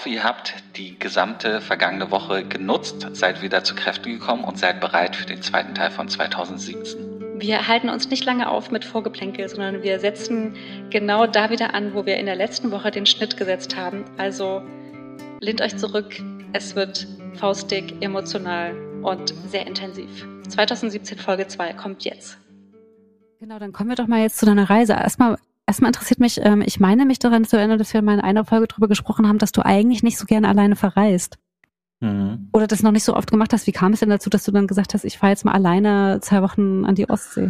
hoffe, ihr habt die gesamte vergangene Woche genutzt, seid wieder zu Kräften gekommen und seid bereit für den zweiten Teil von 2017. Wir halten uns nicht lange auf mit Vorgeplänkel, sondern wir setzen genau da wieder an, wo wir in der letzten Woche den Schnitt gesetzt haben. Also lehnt euch zurück, es wird faustdick, emotional und sehr intensiv. 2017 Folge 2 kommt jetzt. Genau, dann kommen wir doch mal jetzt zu deiner Reise. Erstmal interessiert mich, ich meine mich daran zu erinnern, dass wir mal in einer Folge drüber gesprochen haben, dass du eigentlich nicht so gerne alleine verreist. Mhm. Oder das noch nicht so oft gemacht hast. Wie kam es denn dazu, dass du dann gesagt hast, ich fahre jetzt mal alleine 2 Wochen an die Ostsee?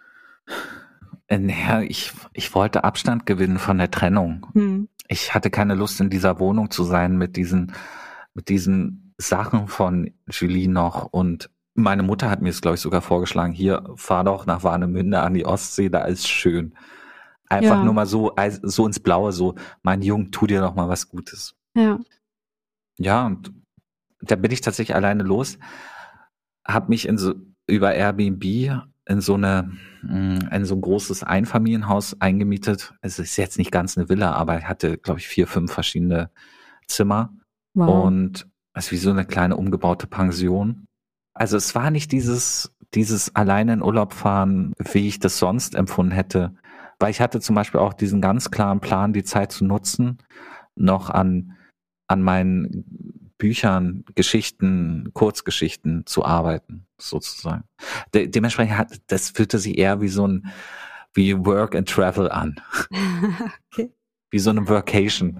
Naja, ich wollte Abstand gewinnen von der Trennung. Ich hatte keine Lust, in dieser Wohnung zu sein mit diesen Sachen von Julie noch. Und meine Mutter hat mir es, glaube ich, sogar vorgeschlagen, hier, fahr doch nach Warnemünde an die Ostsee, da ist schön. Einfach nur mal so ins Blaue, so, mein Junge, tu dir doch mal was Gutes. Ja. Ja, und da bin ich tatsächlich alleine los, habe mich über Airbnb in so ein großes Einfamilienhaus eingemietet. Es ist jetzt nicht ganz eine Villa, aber ich hatte, glaube ich, 4, 5 verschiedene Zimmer. Wow. Und es ist wie so eine kleine umgebaute Pension. Also es war nicht dieses alleine in Urlaub fahren, wie ich das sonst empfunden hätte. Weil ich hatte zum Beispiel auch diesen ganz klaren Plan, die Zeit zu nutzen, noch an meinen Büchern, Geschichten, Kurzgeschichten zu arbeiten, sozusagen. Dementsprechend das fühlte sich eher wie Work and Travel an. Okay. Wie so eine Workation.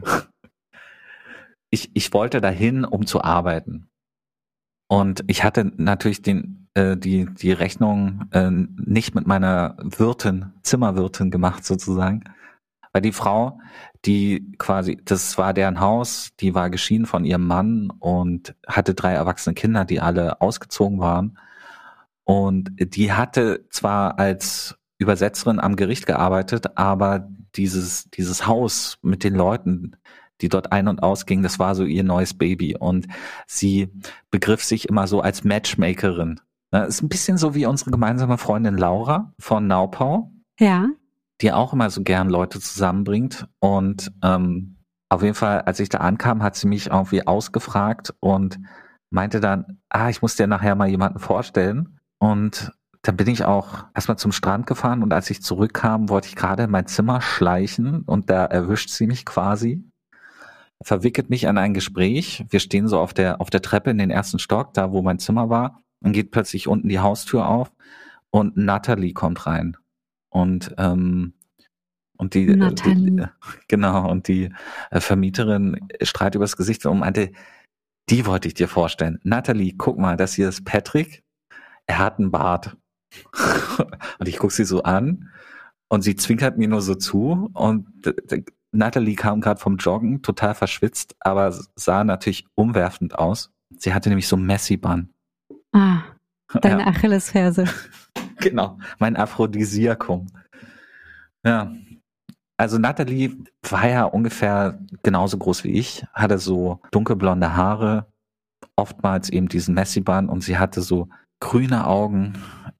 Ich wollte dahin, um zu arbeiten. Und ich hatte natürlich die Rechnung nicht mit meiner Zimmerwirtin gemacht sozusagen, weil die Frau, die quasi, das war deren Haus, die war geschieden von ihrem Mann und hatte 3 erwachsene Kinder, die alle ausgezogen waren. Und die hatte zwar als Übersetzerin am Gericht gearbeitet, aber dieses Haus mit den Leuten, die dort ein- und ausgingen, das war so ihr neues Baby. Und sie begriff sich immer so als Matchmakerin. Ist ein bisschen so wie unsere gemeinsame Freundin Laura von Naupau. Ja. Die auch immer so gern Leute zusammenbringt. Und auf jeden Fall, als ich da ankam, hat sie mich irgendwie ausgefragt und meinte dann, ich muss dir nachher mal jemanden vorstellen. Und dann bin ich auch erstmal zum Strand gefahren und als ich zurückkam, wollte ich gerade in mein Zimmer schleichen und da erwischt sie mich quasi, verwickelt mich an ein Gespräch. Wir stehen so auf der Treppe in den ersten Stock, da wo mein Zimmer war. Dann geht plötzlich unten die Haustür auf und Natalie kommt rein. Und die Vermieterin strahlt übers Gesicht und meinte, die wollte ich dir vorstellen. Natalie, guck mal, das hier ist Patrick. Er hat einen Bart. Und ich gucke sie so an und sie zwinkert mir nur so zu und Natalie kam gerade vom Joggen, total verschwitzt, aber sah natürlich umwerfend aus. Sie hatte nämlich so Messi-Bun. Deine Achillesferse. Genau, mein Aphrodisiakum. Ja, also Natalie war ja ungefähr genauso groß wie ich, hatte so dunkelblonde Haare, oftmals eben diesen Messi-Bun und sie hatte so grüne Augen.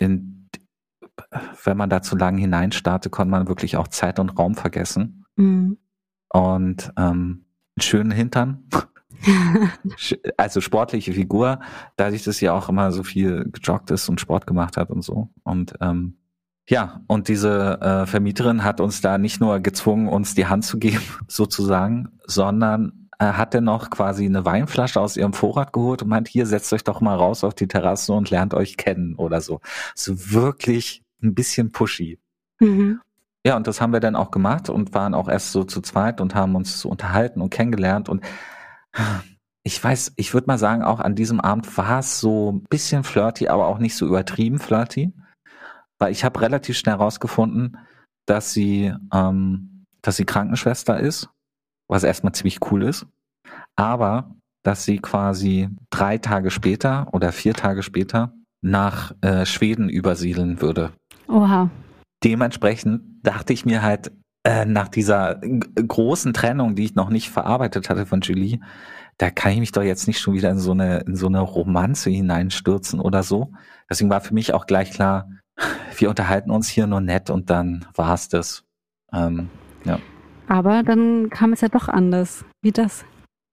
Wenn man da zu lang hineinstarrte, konnte man wirklich auch Zeit und Raum vergessen. Mhm. Und einen schönen Hintern. Also sportliche Figur, dadurch, dass sie auch immer so viel gejoggt ist und Sport gemacht hat und so. Und und diese Vermieterin hat uns da nicht nur gezwungen, uns die Hand zu geben, sozusagen, sondern hat dann noch quasi eine Weinflasche aus ihrem Vorrat geholt und meint, hier, setzt euch doch mal raus auf die Terrasse und lernt euch kennen oder so. So wirklich ein bisschen pushy. Mhm. Ja, und das haben wir dann auch gemacht und waren auch erst so zu zweit und haben uns so unterhalten und kennengelernt und ich würde mal sagen, auch an diesem Abend war es so ein bisschen flirty, aber auch nicht so übertrieben flirty. Weil ich habe relativ schnell rausgefunden, dass sie Krankenschwester ist, was erstmal ziemlich cool ist, aber dass sie quasi 3 Tage später oder 4 Tage später nach Schweden übersiedeln würde. Oha. Dementsprechend dachte ich mir halt, nach dieser großen Trennung, die ich noch nicht verarbeitet hatte von Julie, da kann ich mich doch jetzt nicht schon wieder in so eine Romanze hineinstürzen oder so. Deswegen war für mich auch gleich klar, wir unterhalten uns hier nur nett und dann war's das. Ja. Aber dann kam es ja doch anders. Wie das?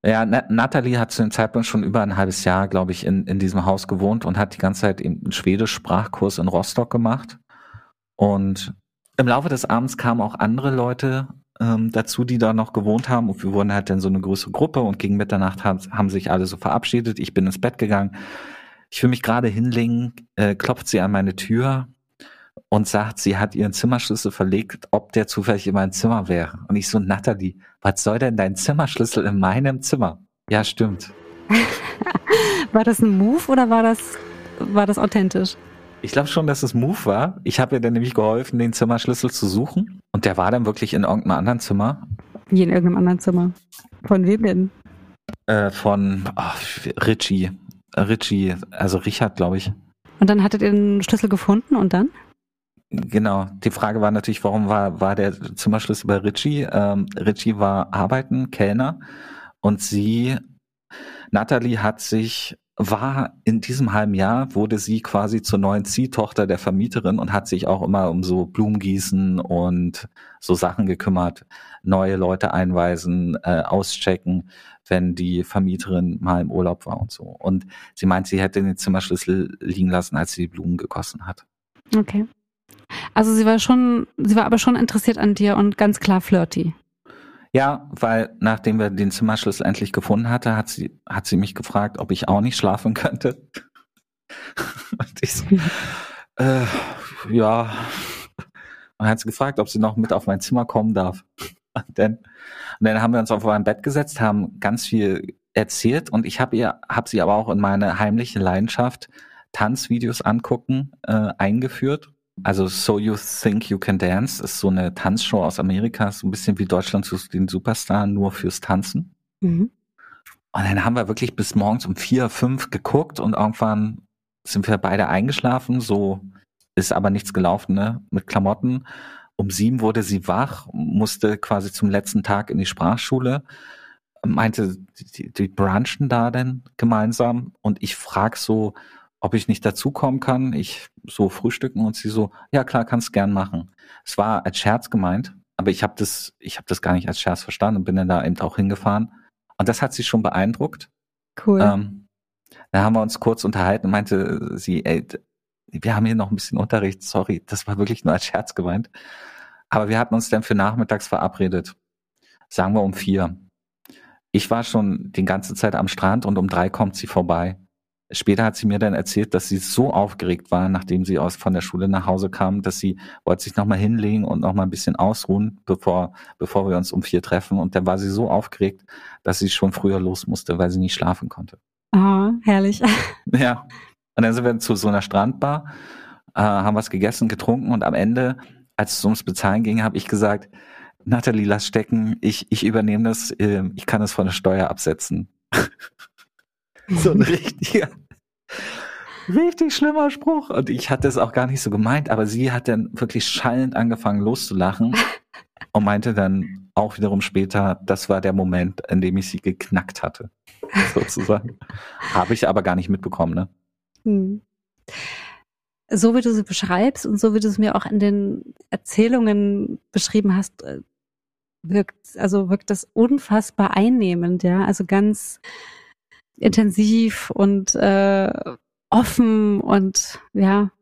Ja, Natalie hat zu dem Zeitpunkt schon über ein halbes Jahr, glaube ich, in diesem Haus gewohnt und hat die ganze Zeit einen Schwedisch-Sprachkurs in Rostock gemacht. Und im Laufe des Abends kamen auch andere Leute dazu, die da noch gewohnt haben. Und wir wurden halt dann so eine größere Gruppe und gegen Mitternacht haben sich alle so verabschiedet. Ich bin ins Bett gegangen. Ich will mich gerade hinlegen, klopft sie an meine Tür und sagt, sie hat ihren Zimmerschlüssel verlegt, ob der zufällig in meinem Zimmer wäre. Und ich so, Natalie, was soll denn dein Zimmerschlüssel in meinem Zimmer? Ja, stimmt. War das ein Move oder war das authentisch? Ich glaube schon, dass es Move war. Ich habe ihr dann nämlich geholfen, den Zimmerschlüssel zu suchen. Und der war dann wirklich in irgendeinem anderen Zimmer. Wie in irgendeinem anderen Zimmer? Von wem denn? Von Richie. Also Richard, glaube ich. Und dann hattet ihr den Schlüssel gefunden und dann? Genau. Die Frage war natürlich, warum war der Zimmerschlüssel bei Richie? Richie war arbeiten, Kellner. Und Natalie war in diesem halben Jahr, wurde sie quasi zur neuen Ziehtochter der Vermieterin und hat sich auch immer um so Blumengießen und so Sachen gekümmert, neue Leute einweisen, auschecken, wenn die Vermieterin mal im Urlaub war und so. Und sie meint, sie hätte den Zimmerschlüssel liegen lassen, als sie die Blumen gegossen hat. Okay. Also sie war aber schon interessiert an dir und ganz klar flirty. Ja, weil nachdem wir den Zimmerschlüssel endlich gefunden hatte, hat sie mich gefragt, ob ich auch nicht schlafen könnte. Und ich so, ja. Und hat sie gefragt, ob sie noch mit auf mein Zimmer kommen darf. Und dann haben wir uns auf mein Bett gesetzt, haben ganz viel erzählt und ich habe sie aber auch in meine heimliche Leidenschaft, Tanzvideos angucken, eingeführt. Also So You Think You Can Dance ist so eine Tanzshow aus Amerika, so ein bisschen wie Deutschland sucht den Superstar, nur fürs Tanzen. Mhm. Und dann haben wir wirklich bis morgens um 4, 5 geguckt und irgendwann sind wir beide eingeschlafen, so ist aber nichts gelaufen, ne, mit Klamotten. Um 7 wurde sie wach, musste quasi zum letzten Tag in die Sprachschule, meinte, die brunchen da denn gemeinsam und ich frag so, ob ich nicht dazukommen kann, ich so frühstücken und sie so, ja klar, kannst gern machen. Es war als Scherz gemeint, aber ich habe das gar nicht als Scherz verstanden und bin dann da eben auch hingefahren. Und das hat sie schon beeindruckt. Cool. Da haben wir uns kurz unterhalten und meinte sie, ey, wir haben hier noch ein bisschen Unterricht, sorry, das war wirklich nur als Scherz gemeint. Aber wir hatten uns dann für nachmittags verabredet. Sagen wir um 4. Ich war schon die ganze Zeit am Strand und um 3 kommt sie vorbei. Später hat sie mir dann erzählt, dass sie so aufgeregt war, nachdem sie von der Schule nach Hause kam, dass sie wollte sich nochmal hinlegen und nochmal ein bisschen ausruhen, bevor wir uns um 4 treffen. Und dann war sie so aufgeregt, dass sie schon früher los musste, weil sie nicht schlafen konnte. Ah, herrlich. Ja. Und dann sind wir zu so einer Strandbar, haben was gegessen, getrunken und am Ende, als es ums Bezahlen ging, habe ich gesagt, Natalie, lass stecken, ich übernehme das, ich kann es von der Steuer absetzen. So ein richtig schlimmer Spruch. Und ich hatte es auch gar nicht so gemeint, aber sie hat dann wirklich schallend angefangen loszulachen und meinte dann auch wiederum später, das war der Moment, in dem ich sie geknackt hatte, sozusagen. Habe ich aber gar nicht mitbekommen, ne? So wie du sie beschreibst und so wie du es mir auch in den Erzählungen beschrieben hast, wirkt das unfassbar einnehmend, ja, also ganz intensiv und offen und ja.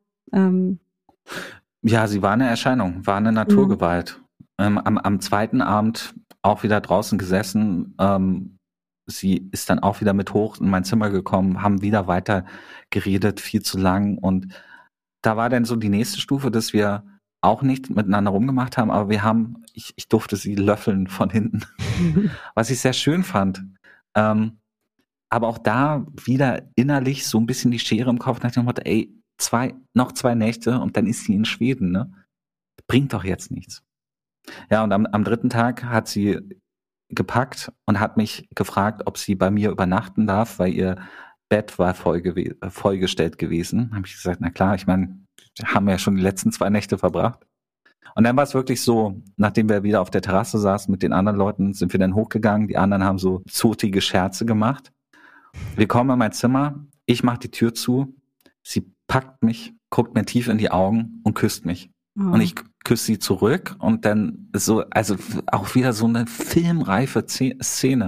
Ja, sie war eine Erscheinung, war eine Naturgewalt. Am zweiten Abend auch wieder draußen gesessen. Sie ist dann auch wieder mit hoch in mein Zimmer gekommen, haben wieder weiter geredet, viel zu lang. Und da war dann so die nächste Stufe, dass wir auch nicht miteinander rumgemacht haben, aber ich durfte sie löffeln von hinten, was ich sehr schön fand. Aber auch da wieder innerlich so ein bisschen die Schere im Kopf nach dem Motto, ey, noch 2 Nächte und dann ist sie in Schweden, ne? Bringt doch jetzt nichts. Ja, und am 3. Tag hat sie gepackt und hat mich gefragt, ob sie bei mir übernachten darf, weil ihr Bett war vollgestellt gewesen. Habe ich gesagt, na klar, ich meine, haben wir ja schon die letzten 2 Nächte verbracht. Und dann war es wirklich so, nachdem wir wieder auf der Terrasse saßen mit den anderen Leuten, sind wir dann hochgegangen, die anderen haben so zotige Scherze gemacht. Wir kommen in mein Zimmer, ich mache die Tür zu, sie packt mich, guckt mir tief in die Augen und küsst mich. Oh. Und ich küsse sie zurück und dann so, also auch wieder so eine filmreife Szene.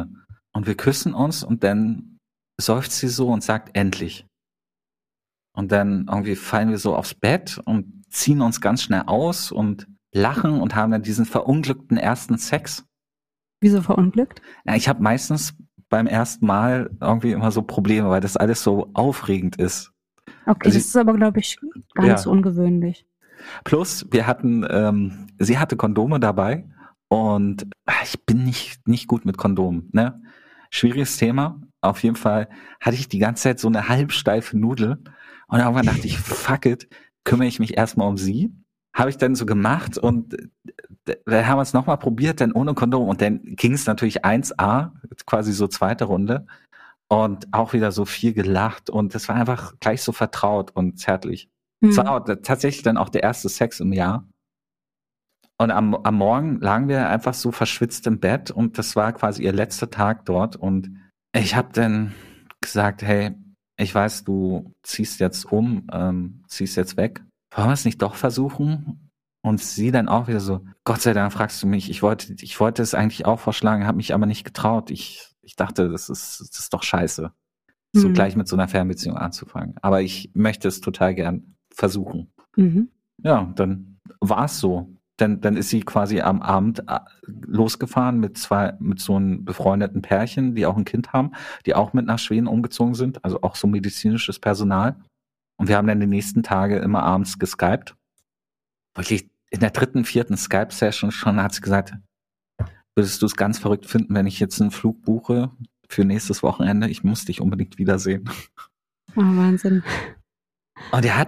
und wir küssen uns und dann seufzt sie so und sagt endlich. Und dann irgendwie fallen wir so aufs Bett und ziehen uns ganz schnell aus und lachen und haben dann diesen verunglückten ersten Sex. Wieso verunglückt? Ja, ich habe meistens beim ersten Mal irgendwie immer so Probleme, weil das alles so aufregend ist. Okay, also das ist aber, glaube ich, gar nicht so ungewöhnlich. Plus, wir hatten, sie hatte Kondome dabei und ich bin nicht gut mit Kondomen, ne? Schwieriges Thema. Auf jeden Fall hatte ich die ganze Zeit so eine halbsteife Nudel und irgendwann dachte ich, fuck it, kümmere ich mich erstmal um sie. Habe ich dann so gemacht und dann haben wir es nochmal probiert, dann ohne Kondom und dann ging es natürlich 1A, quasi so zweite Runde und auch wieder so viel gelacht und das war einfach gleich so vertraut und zärtlich. Es war auch tatsächlich dann auch der erste Sex im Jahr. Und am Morgen lagen wir einfach so verschwitzt im Bett und das war quasi ihr letzter Tag dort und ich habe dann gesagt, hey, ich weiß, du ziehst jetzt ziehst jetzt weg. Wollen wir es nicht doch versuchen? Und sie dann auch wieder so, Gott sei Dank fragst du mich, ich wollte es eigentlich auch vorschlagen, habe mich aber nicht getraut. Ich dachte, das ist doch scheiße, so gleich mit so einer Fernbeziehung anzufangen. Aber ich möchte es total gern versuchen. Ja, dann war es so. Dann ist sie quasi am Abend losgefahren mit so einem befreundeten Pärchen, die auch ein Kind haben, die auch mit nach Schweden umgezogen sind, also auch so medizinisches Personal. Und wir haben dann die nächsten Tage immer abends geskypt. Wirklich in der 3., 4. Skype-Session schon hat sie gesagt, würdest du es ganz verrückt finden, wenn ich jetzt einen Flug buche für nächstes Wochenende? Ich muss dich unbedingt wiedersehen. Oh, Wahnsinn. Und die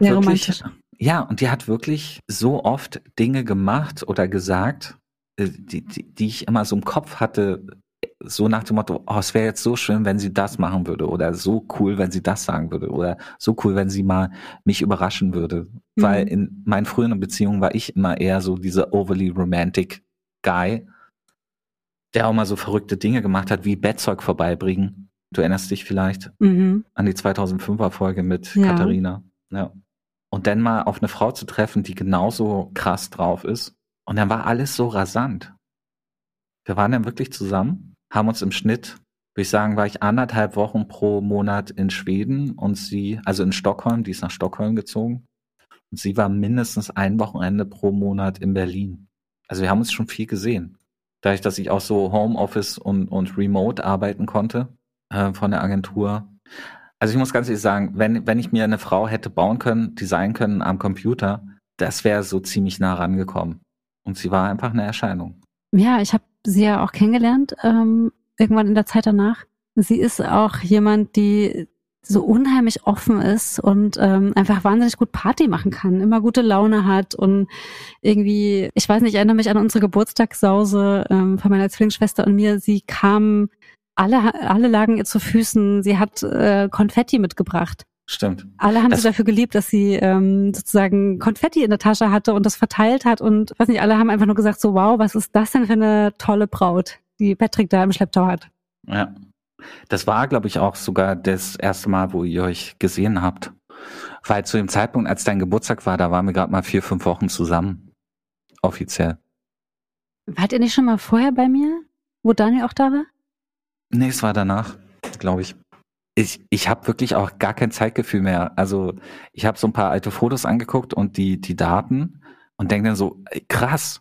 hat wirklich so oft Dinge gemacht oder gesagt, die ich immer so im Kopf hatte, so nach dem Motto, oh, es wäre jetzt so schön, wenn sie das machen würde oder so cool, wenn sie das sagen würde oder so cool, wenn sie mal mich überraschen würde. Weil in meinen früheren Beziehungen war ich immer eher so dieser overly romantic Guy, der auch mal so verrückte Dinge gemacht hat, wie Bettzeug vorbeibringen. Du erinnerst dich vielleicht an die 2005er Folge mit Katharina. Ja. Und dann mal auf eine Frau zu treffen, die genauso krass drauf ist. Und dann war alles so rasant. Wir waren dann wirklich zusammen, haben uns im Schnitt, würde ich sagen, war ich 1,5 Wochen pro Monat in Schweden und sie, also in Stockholm, die ist nach Stockholm gezogen. Und sie war mindestens ein Wochenende pro Monat in Berlin. Also wir haben uns schon viel gesehen. Dadurch, dass ich auch so Homeoffice und Remote arbeiten konnte von der Agentur. Also ich muss ganz ehrlich sagen, wenn ich mir eine Frau hätte bauen können, designen können am Computer, das wäre so ziemlich nah rangekommen. Und sie war einfach eine Erscheinung. Ja, ich habe sie ja auch kennengelernt, irgendwann in der Zeit danach. Sie ist auch jemand, die so unheimlich offen ist und einfach wahnsinnig gut Party machen kann, immer gute Laune hat und irgendwie, ich weiß nicht, ich erinnere mich an unsere Geburtstagssause von meiner Zwillingsschwester und mir. Sie kam, alle lagen ihr zu Füßen, sie hat Konfetti mitgebracht. Stimmt. Alle haben sie dafür geliebt, dass sie sozusagen Konfetti in der Tasche hatte und das verteilt hat und weiß nicht, alle haben einfach nur gesagt so, wow, was ist das denn für eine tolle Braut, die Patrick da im Schlepptau hat. Ja, das war, glaube ich, auch sogar das erste Mal, wo ihr euch gesehen habt. Weil zu dem Zeitpunkt, als dein Geburtstag war, da waren wir gerade mal 4, 5 Wochen zusammen. Offiziell. Wart ihr nicht schon mal vorher bei mir, wo Daniel auch da war? Nee, es war danach, glaube ich. Ich habe wirklich auch gar kein Zeitgefühl mehr. Also ich habe so ein paar alte Fotos angeguckt und die Daten und denke dann so, krass,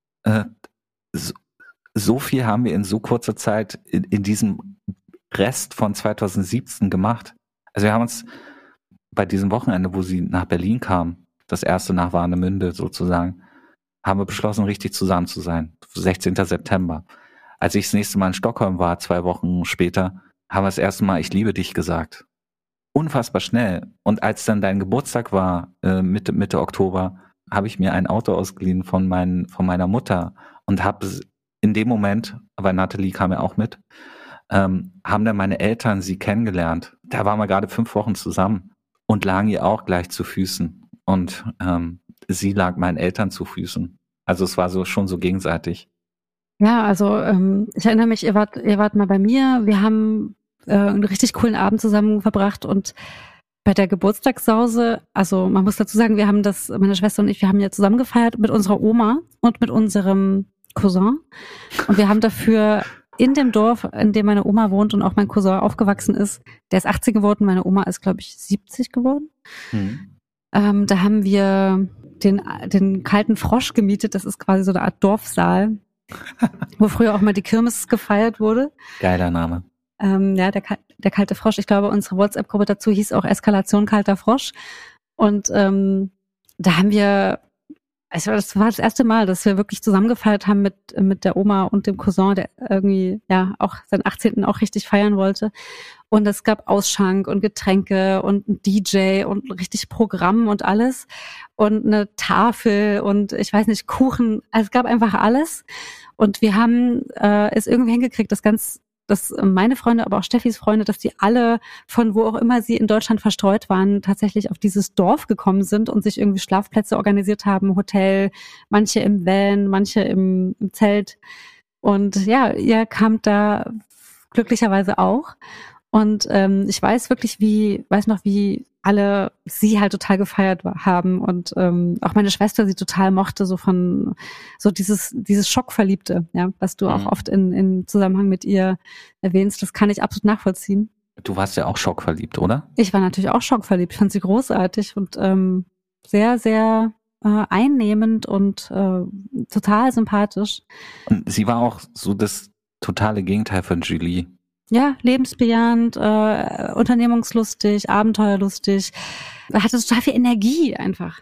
so viel haben wir in so kurzer Zeit in diesem Rest von 2017 gemacht. Also wir haben uns bei diesem Wochenende, wo sie nach Berlin kam, das erste nach Warnemünde sozusagen, haben wir beschlossen, richtig zusammen zu sein. 16. September. Als ich das nächste Mal in Stockholm war, 2 Wochen später, haben wir das erste Mal Ich liebe dich gesagt. Unfassbar schnell. Und als dann dein Geburtstag war, Mitte Oktober, habe ich mir ein Auto ausgeliehen von meiner Mutter und habe in dem Moment, aber Nathalie kam ja auch mit, haben dann meine Eltern sie kennengelernt. Da waren wir gerade 5 Wochen zusammen und lagen ihr auch gleich zu Füßen. Und sie lag meinen Eltern zu Füßen. Also es war so schon so gegenseitig. Ja, also ich erinnere mich, ihr wart mal bei mir. Wir haben einen richtig coolen Abend zusammen verbracht und bei der Geburtstagssause, also man muss dazu sagen, meine Schwester und ich, wir haben ja zusammen gefeiert mit unserer Oma und mit unserem Cousin und wir haben dafür in dem Dorf, in dem meine Oma wohnt und auch mein Cousin aufgewachsen ist. Der ist 18 geworden, meine Oma ist, glaube ich, 70 geworden. Da haben wir den kalten Frosch gemietet. Das ist quasi so eine Art Dorfsaal, wo früher auch mal die Kirmes gefeiert wurde. Geiler Name. Ja, der kalte Frosch. Ich glaube, unsere WhatsApp-Gruppe dazu hieß auch Eskalation kalter Frosch. Und da haben wir, also das war das erste Mal, dass wir wirklich zusammen gefeiert haben mit der Oma und dem Cousin, der irgendwie ja auch seinen 18. auch richtig feiern wollte. Und es gab Ausschank und Getränke und ein DJ und richtig Programm und alles und eine Tafel und ich weiß nicht, Kuchen. Also es gab einfach alles. Und wir haben es irgendwie hingekriegt, dass meine Freunde, aber auch Steffis Freunde, dass die alle von wo auch immer sie in Deutschland verstreut waren, tatsächlich auf dieses Dorf gekommen sind und sich irgendwie Schlafplätze organisiert haben, Hotel, manche im Van, manche im Zelt. Und ja, ihr kamt da glücklicherweise auch. Und ich weiß noch, wie alle sie halt total gefeiert haben und auch meine Schwester sie total mochte, so von so dieses Schockverliebte, ja, was du auch oft in Zusammenhang mit ihr erwähnst, das kann ich absolut nachvollziehen. Du warst ja auch schockverliebt, oder? Ich war natürlich auch schockverliebt, ich fand sie großartig und sehr, sehr einnehmend und total sympathisch. Und sie war auch so das totale Gegenteil von Julie. Ja, lebensbejahend, unternehmungslustig, abenteuerlustig, hatte total viel Energie einfach.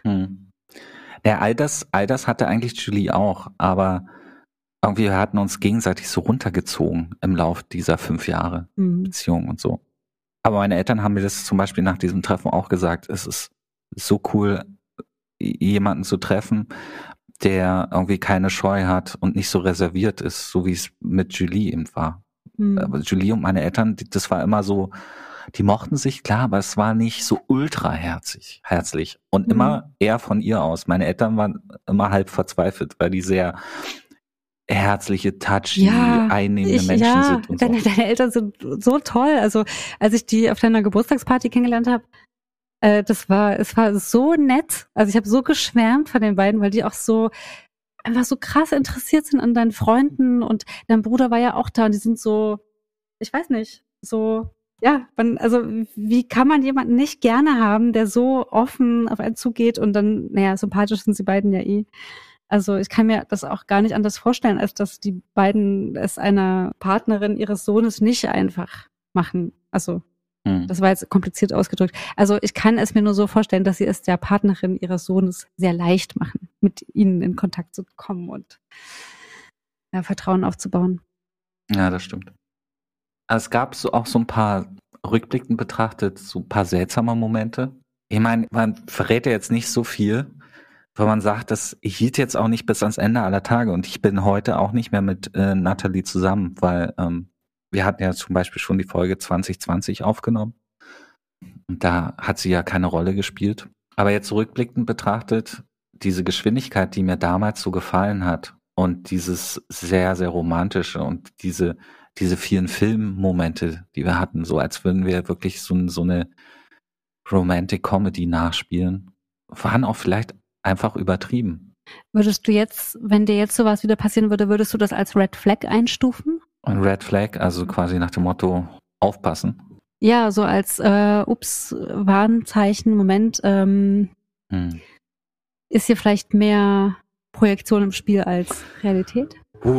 Ja, all das hatte eigentlich Julie auch, aber irgendwie wir hatten uns gegenseitig so runtergezogen im Lauf dieser 5 Jahre Beziehung und so. Aber meine Eltern haben mir das zum Beispiel nach diesem Treffen auch gesagt, es ist so cool, jemanden zu treffen, der irgendwie keine Scheu hat und nicht so reserviert ist, so wie es mit Julie eben war. Aber Julie und meine Eltern, das war immer so, die mochten sich, klar, aber es war nicht so ultra herzlich und immer eher von ihr aus. Meine Eltern waren immer halb verzweifelt, weil die sehr herzliche, touchy, einnehmende Menschen sind. Und deine Eltern sind so toll. Also als ich die auf deiner Geburtstagsparty kennengelernt habe, es war so nett. Also ich habe so geschwärmt von den beiden, weil die auch so einfach so krass interessiert sind an deinen Freunden und dein Bruder war ja auch da und die sind so, ich weiß nicht, so, ja, also wie kann man jemanden nicht gerne haben, der so offen auf einen zugeht und dann, naja, sympathisch sind sie beiden ja eh. Also ich kann mir das auch gar nicht anders vorstellen, als dass die beiden es einer Partnerin ihres Sohnes nicht einfach machen. Also das war jetzt kompliziert ausgedrückt. Also ich kann es mir nur so vorstellen, dass sie es der Partnerin ihres Sohnes sehr leicht machen, mit ihnen in Kontakt zu kommen und ja, Vertrauen aufzubauen. Ja, das stimmt. Es gab auch so ein paar, rückblickend betrachtet, so ein paar seltsame Momente. Ich meine, man verrät ja jetzt nicht so viel, weil man sagt, das hielt jetzt auch nicht bis ans Ende aller Tage und ich bin heute auch nicht mehr mit Nathalie zusammen, weil wir hatten ja zum Beispiel schon die Folge 2020 aufgenommen und da hat sie ja keine Rolle gespielt. Aber jetzt rückblickend betrachtet, diese Geschwindigkeit, die mir damals so gefallen hat und dieses sehr, sehr romantische und diese vielen Filmmomente, die wir hatten, so als würden wir wirklich so eine Romantic Comedy nachspielen, waren auch vielleicht einfach übertrieben. Würdest du jetzt, wenn dir jetzt sowas wieder passieren würde, würdest du das als Red Flag einstufen? Ein Red Flag, also quasi nach dem Motto, aufpassen. Ja, so als Warnzeichen, Moment, ist hier vielleicht mehr Projektion im Spiel als Realität?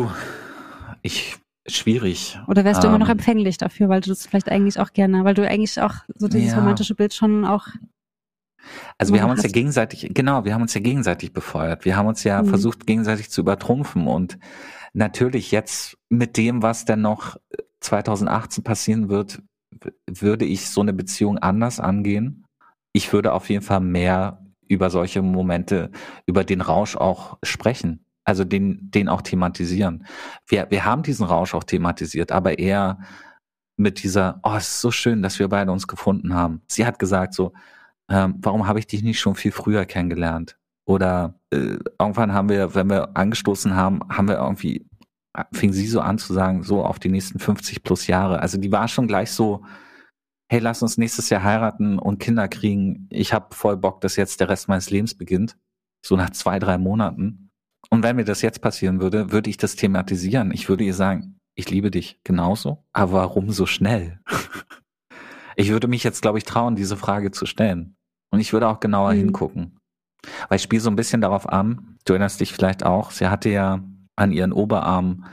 Schwierig. Oder wärst du immer noch empfänglich dafür, weil du das vielleicht eigentlich auch gerne, weil du eigentlich auch so dieses romantische Bild schon auch. Also wir haben uns ja gegenseitig befeuert. Wir haben uns ja versucht, gegenseitig zu übertrumpfen und natürlich jetzt mit dem, was denn noch 2018 passieren wird, würde ich so eine Beziehung anders angehen. Ich würde auf jeden Fall mehr über solche Momente, über den Rausch auch sprechen. Also den auch thematisieren. Wir haben diesen Rausch auch thematisiert, aber eher mit dieser, es ist so schön, dass wir beide uns gefunden haben. Sie hat gesagt so, warum habe ich dich nicht schon viel früher kennengelernt? Oder irgendwann haben wir, wenn wir angestoßen haben, fing sie so an zu sagen, so auf die nächsten 50 plus Jahre. Also die war schon gleich so, hey, lass uns nächstes Jahr heiraten und Kinder kriegen. Ich habe voll Bock, dass jetzt der Rest meines Lebens beginnt. So nach 2-3 Monaten. Und wenn mir das jetzt passieren würde, würde ich das thematisieren. Ich würde ihr sagen, ich liebe dich genauso, aber warum so schnell? Ich würde mich jetzt, glaube ich, trauen, diese Frage zu stellen. Und ich würde auch genauer hingucken. Weil ich spiele so ein bisschen darauf an, du erinnerst dich vielleicht auch, sie hatte ja an ihren Oberarm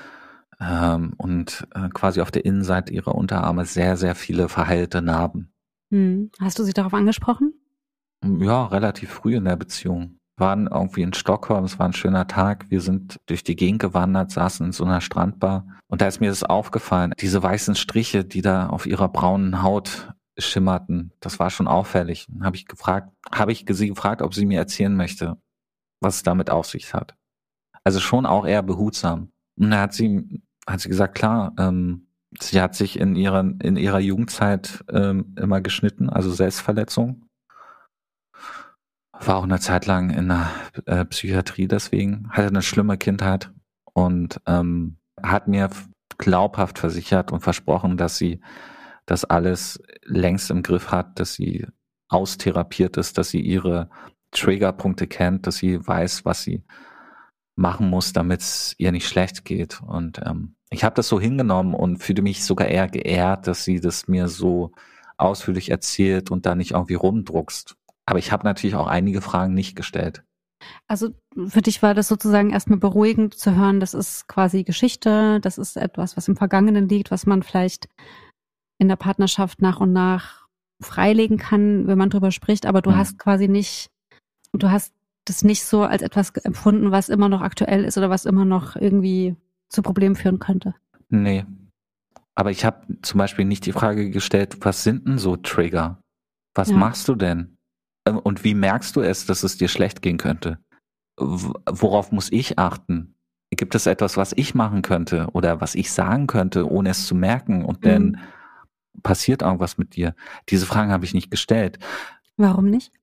und quasi auf der Innenseite ihrer Unterarme sehr, sehr viele verheilte Narben. Hast du sie darauf angesprochen? Ja, relativ früh in der Beziehung. Wir waren irgendwie in Stockholm, es war ein schöner Tag, wir sind durch die Gegend gewandert, saßen in so einer Strandbar und da ist mir das aufgefallen, diese weißen Striche, die da auf ihrer braunen Haut schimmerten, das war schon auffällig. Dann habe ich sie gefragt, ob sie mir erzählen möchte, was es damit auf sich hat. Also schon auch eher behutsam. Und dann hat sie gesagt, klar, sie hat sich in ihrer Jugendzeit immer geschnitten, also Selbstverletzung. War auch eine Zeit lang in der Psychiatrie deswegen, hatte eine schlimme Kindheit und hat mir glaubhaft versichert und versprochen, dass sie das alles längst im Griff hat, dass sie austherapiert ist, dass sie ihre Triggerpunkte kennt, dass sie weiß, was sie machen muss, damit es ihr nicht schlecht geht. Und ich habe das so hingenommen und fühlte mich sogar eher geehrt, dass sie das mir so ausführlich erzählt und da nicht irgendwie rumdruckst. Aber ich habe natürlich auch einige Fragen nicht gestellt. Also für dich war das sozusagen erstmal beruhigend zu hören, das ist quasi Geschichte, das ist etwas, was im Vergangenen liegt, was man vielleicht in der Partnerschaft nach und nach freilegen kann, wenn man drüber spricht, aber du hast quasi du hast das nicht so als etwas empfunden, was immer noch aktuell ist oder was immer noch irgendwie zu Problemen führen könnte. Nee. Aber ich habe zum Beispiel nicht die Frage gestellt, was sind denn so Trigger? Was machst du denn? Und wie merkst du es, dass es dir schlecht gehen könnte? Worauf muss ich achten? Gibt es etwas, was ich machen könnte oder was ich sagen könnte, ohne es zu merken? Und dann passiert irgendwas mit dir? Diese Fragen habe ich nicht gestellt. Warum nicht?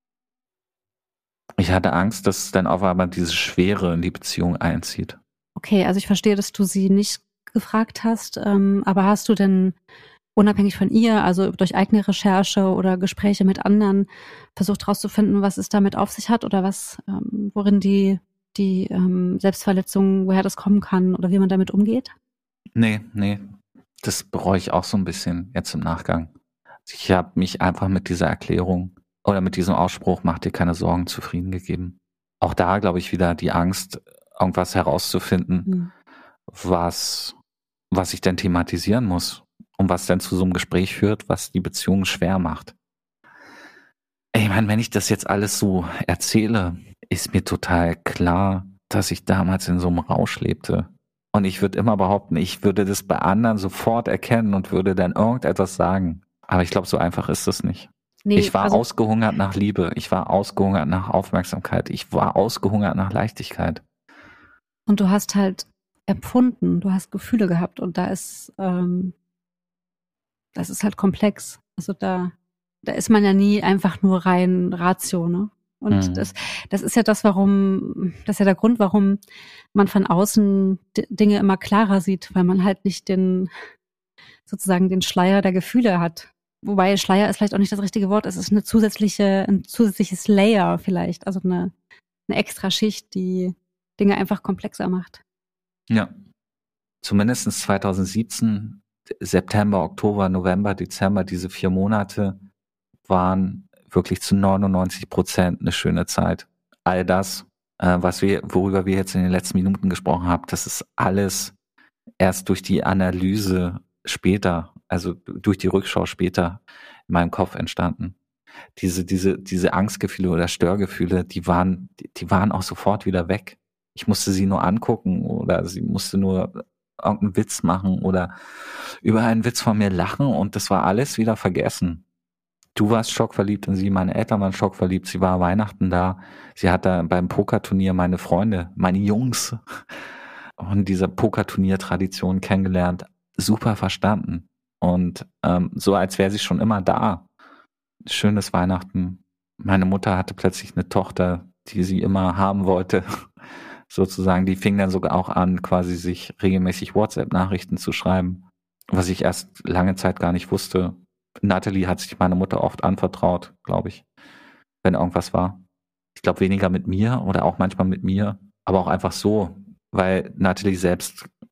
Ich hatte Angst, dass dann auf einmal diese Schwere in die Beziehung einzieht. Okay, also ich verstehe, dass du sie nicht gefragt hast, aber hast du denn unabhängig von ihr, also durch eigene Recherche oder Gespräche mit anderen, versucht herauszufinden, was es damit auf sich hat oder was, worin die Selbstverletzung, woher das kommen kann oder wie man damit umgeht? Nee, das bereue ich auch so ein bisschen jetzt im Nachgang. Ich habe mich einfach mit dieser Erklärung oder mit diesem Ausspruch, mach dir keine Sorgen, zufrieden gegeben. Auch da, glaube ich, wieder die Angst, irgendwas herauszufinden, was ich denn thematisieren muss. Und was dann zu so einem Gespräch führt, was die Beziehung schwer macht. Ich meine, wenn ich das jetzt alles so erzähle, ist mir total klar, dass ich damals in so einem Rausch lebte. Und ich würde immer behaupten, ich würde das bei anderen sofort erkennen und würde dann irgendetwas sagen. Aber ich glaube, so einfach ist es nicht. Nee, ich war ausgehungert nach Liebe. Ich war ausgehungert nach Aufmerksamkeit. Ich war ausgehungert nach Leichtigkeit. Und du hast halt empfunden, du hast Gefühle gehabt und das ist halt komplex. Also da ist man ja nie einfach nur rein Ratio, ne? Und das ist ja das ist ja der Grund, warum man von außen Dinge immer klarer sieht, weil man halt nicht sozusagen den Schleier der Gefühle hat. Wobei Schleier ist vielleicht auch nicht das richtige Wort, es ist ein zusätzliches Layer vielleicht, also eine extra Schicht, die Dinge einfach komplexer macht. Ja, zumindest 2017 September, Oktober, November, Dezember, diese 4 Monate waren wirklich zu 99% eine schöne Zeit. All das, worüber wir jetzt in den letzten Minuten gesprochen haben, das ist alles erst durch die Analyse später, also durch die Rückschau später in meinem Kopf entstanden. Diese Angstgefühle oder Störgefühle, die waren auch sofort wieder weg. Ich musste sie nur angucken oder sie musste nur irgendeinen Witz machen oder über einen Witz von mir lachen und das war alles wieder vergessen. Du warst schockverliebt in sie, meine Eltern waren schockverliebt, sie war Weihnachten da, sie hat da beim Pokerturnier meine Freunde, meine Jungs und diese Pokerturnier-Tradition kennengelernt, super verstanden und so als wäre sie schon immer da. Schönes Weihnachten. Meine Mutter hatte plötzlich eine Tochter, die sie immer haben wollte. Sozusagen, die fing dann sogar auch an, quasi sich regelmäßig WhatsApp-Nachrichten zu schreiben, was ich erst lange Zeit gar nicht wusste. Natalie hat sich meine Mutter oft anvertraut, glaube ich, wenn irgendwas war. Ich glaube weniger mit mir oder auch manchmal mit mir, aber auch einfach so, weil Natalie selbst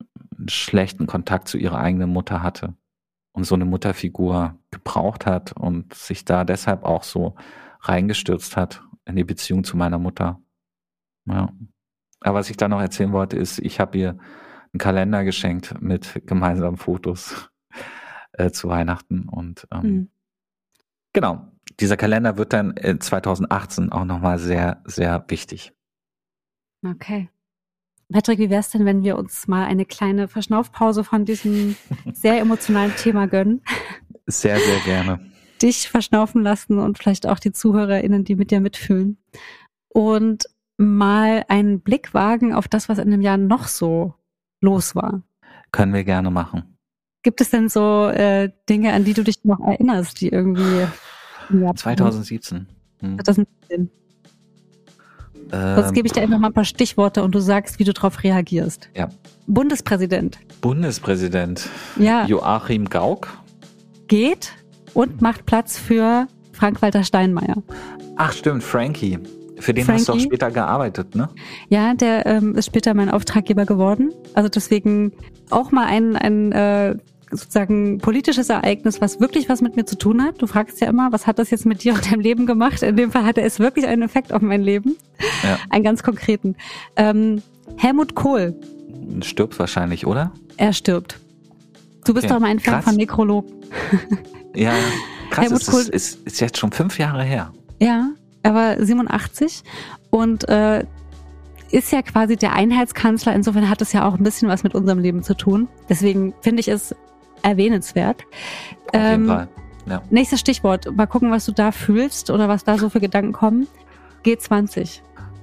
einen schlechten Kontakt zu ihrer eigenen Mutter hatte und so eine Mutterfigur gebraucht hat und sich da deshalb auch so reingestürzt hat in die Beziehung zu meiner Mutter. Ja. Aber was ich da noch erzählen wollte, ist, ich habe ihr einen Kalender geschenkt mit gemeinsamen Fotos zu Weihnachten und genau, dieser Kalender wird dann 2018 auch nochmal sehr, sehr wichtig. Okay. Patrick, wie wär's denn, wenn wir uns mal eine kleine Verschnaufpause von diesem sehr emotionalen Thema gönnen? Sehr, sehr gerne. Dich verschnaufen lassen und vielleicht auch die ZuhörerInnen, die mit dir mitfühlen. Und mal einen Blick wagen auf das, was in dem Jahr noch so los war. Können wir gerne machen. Gibt es denn so Dinge, an die du dich noch erinnerst, die irgendwie im Jahr 2017. 2017. Sonst gebe ich dir einfach mal ein paar Stichworte und du sagst, wie du darauf reagierst. Ja. Bundespräsident. Ja. Joachim Gauck. Geht und macht Platz für Frank-Walter Steinmeier. Ach stimmt, Frankie. Für den hast du auch später gearbeitet, ne? Ja, der ist später mein Auftraggeber geworden. Also deswegen auch mal ein sozusagen politisches Ereignis, was wirklich was mit mir zu tun hat. Du fragst ja immer, was hat das jetzt mit dir und deinem Leben gemacht? In dem Fall hatte es wirklich einen Effekt auf mein Leben. Ja. Einen ganz konkreten. Helmut Kohl. Stirbt wahrscheinlich, oder? Er stirbt. Du bist doch mal ein Fan von Nekrologen. Ja, krass. Helmut Kohl ist jetzt schon 5 Jahre her. Ja, er war 87 und ist ja quasi der Einheitskanzler. Insofern hat es ja auch ein bisschen was mit unserem Leben zu tun. Deswegen finde ich es erwähnenswert. Auf jeden Fall. Ja. Nächstes Stichwort. Mal gucken, was du da fühlst oder was da so für Gedanken kommen. G20.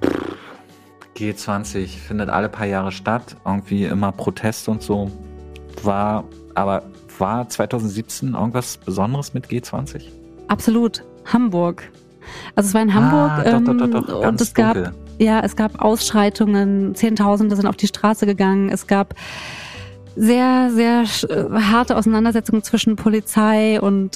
G20 findet alle paar Jahre statt. Irgendwie immer Protest und so. War 2017 irgendwas Besonderes mit G20? Absolut. Hamburg. Also es war in Hamburg doch. Und es gab Ausschreitungen, Zehntausende sind auf die Straße gegangen, es gab sehr, sehr harte Auseinandersetzungen zwischen Polizei und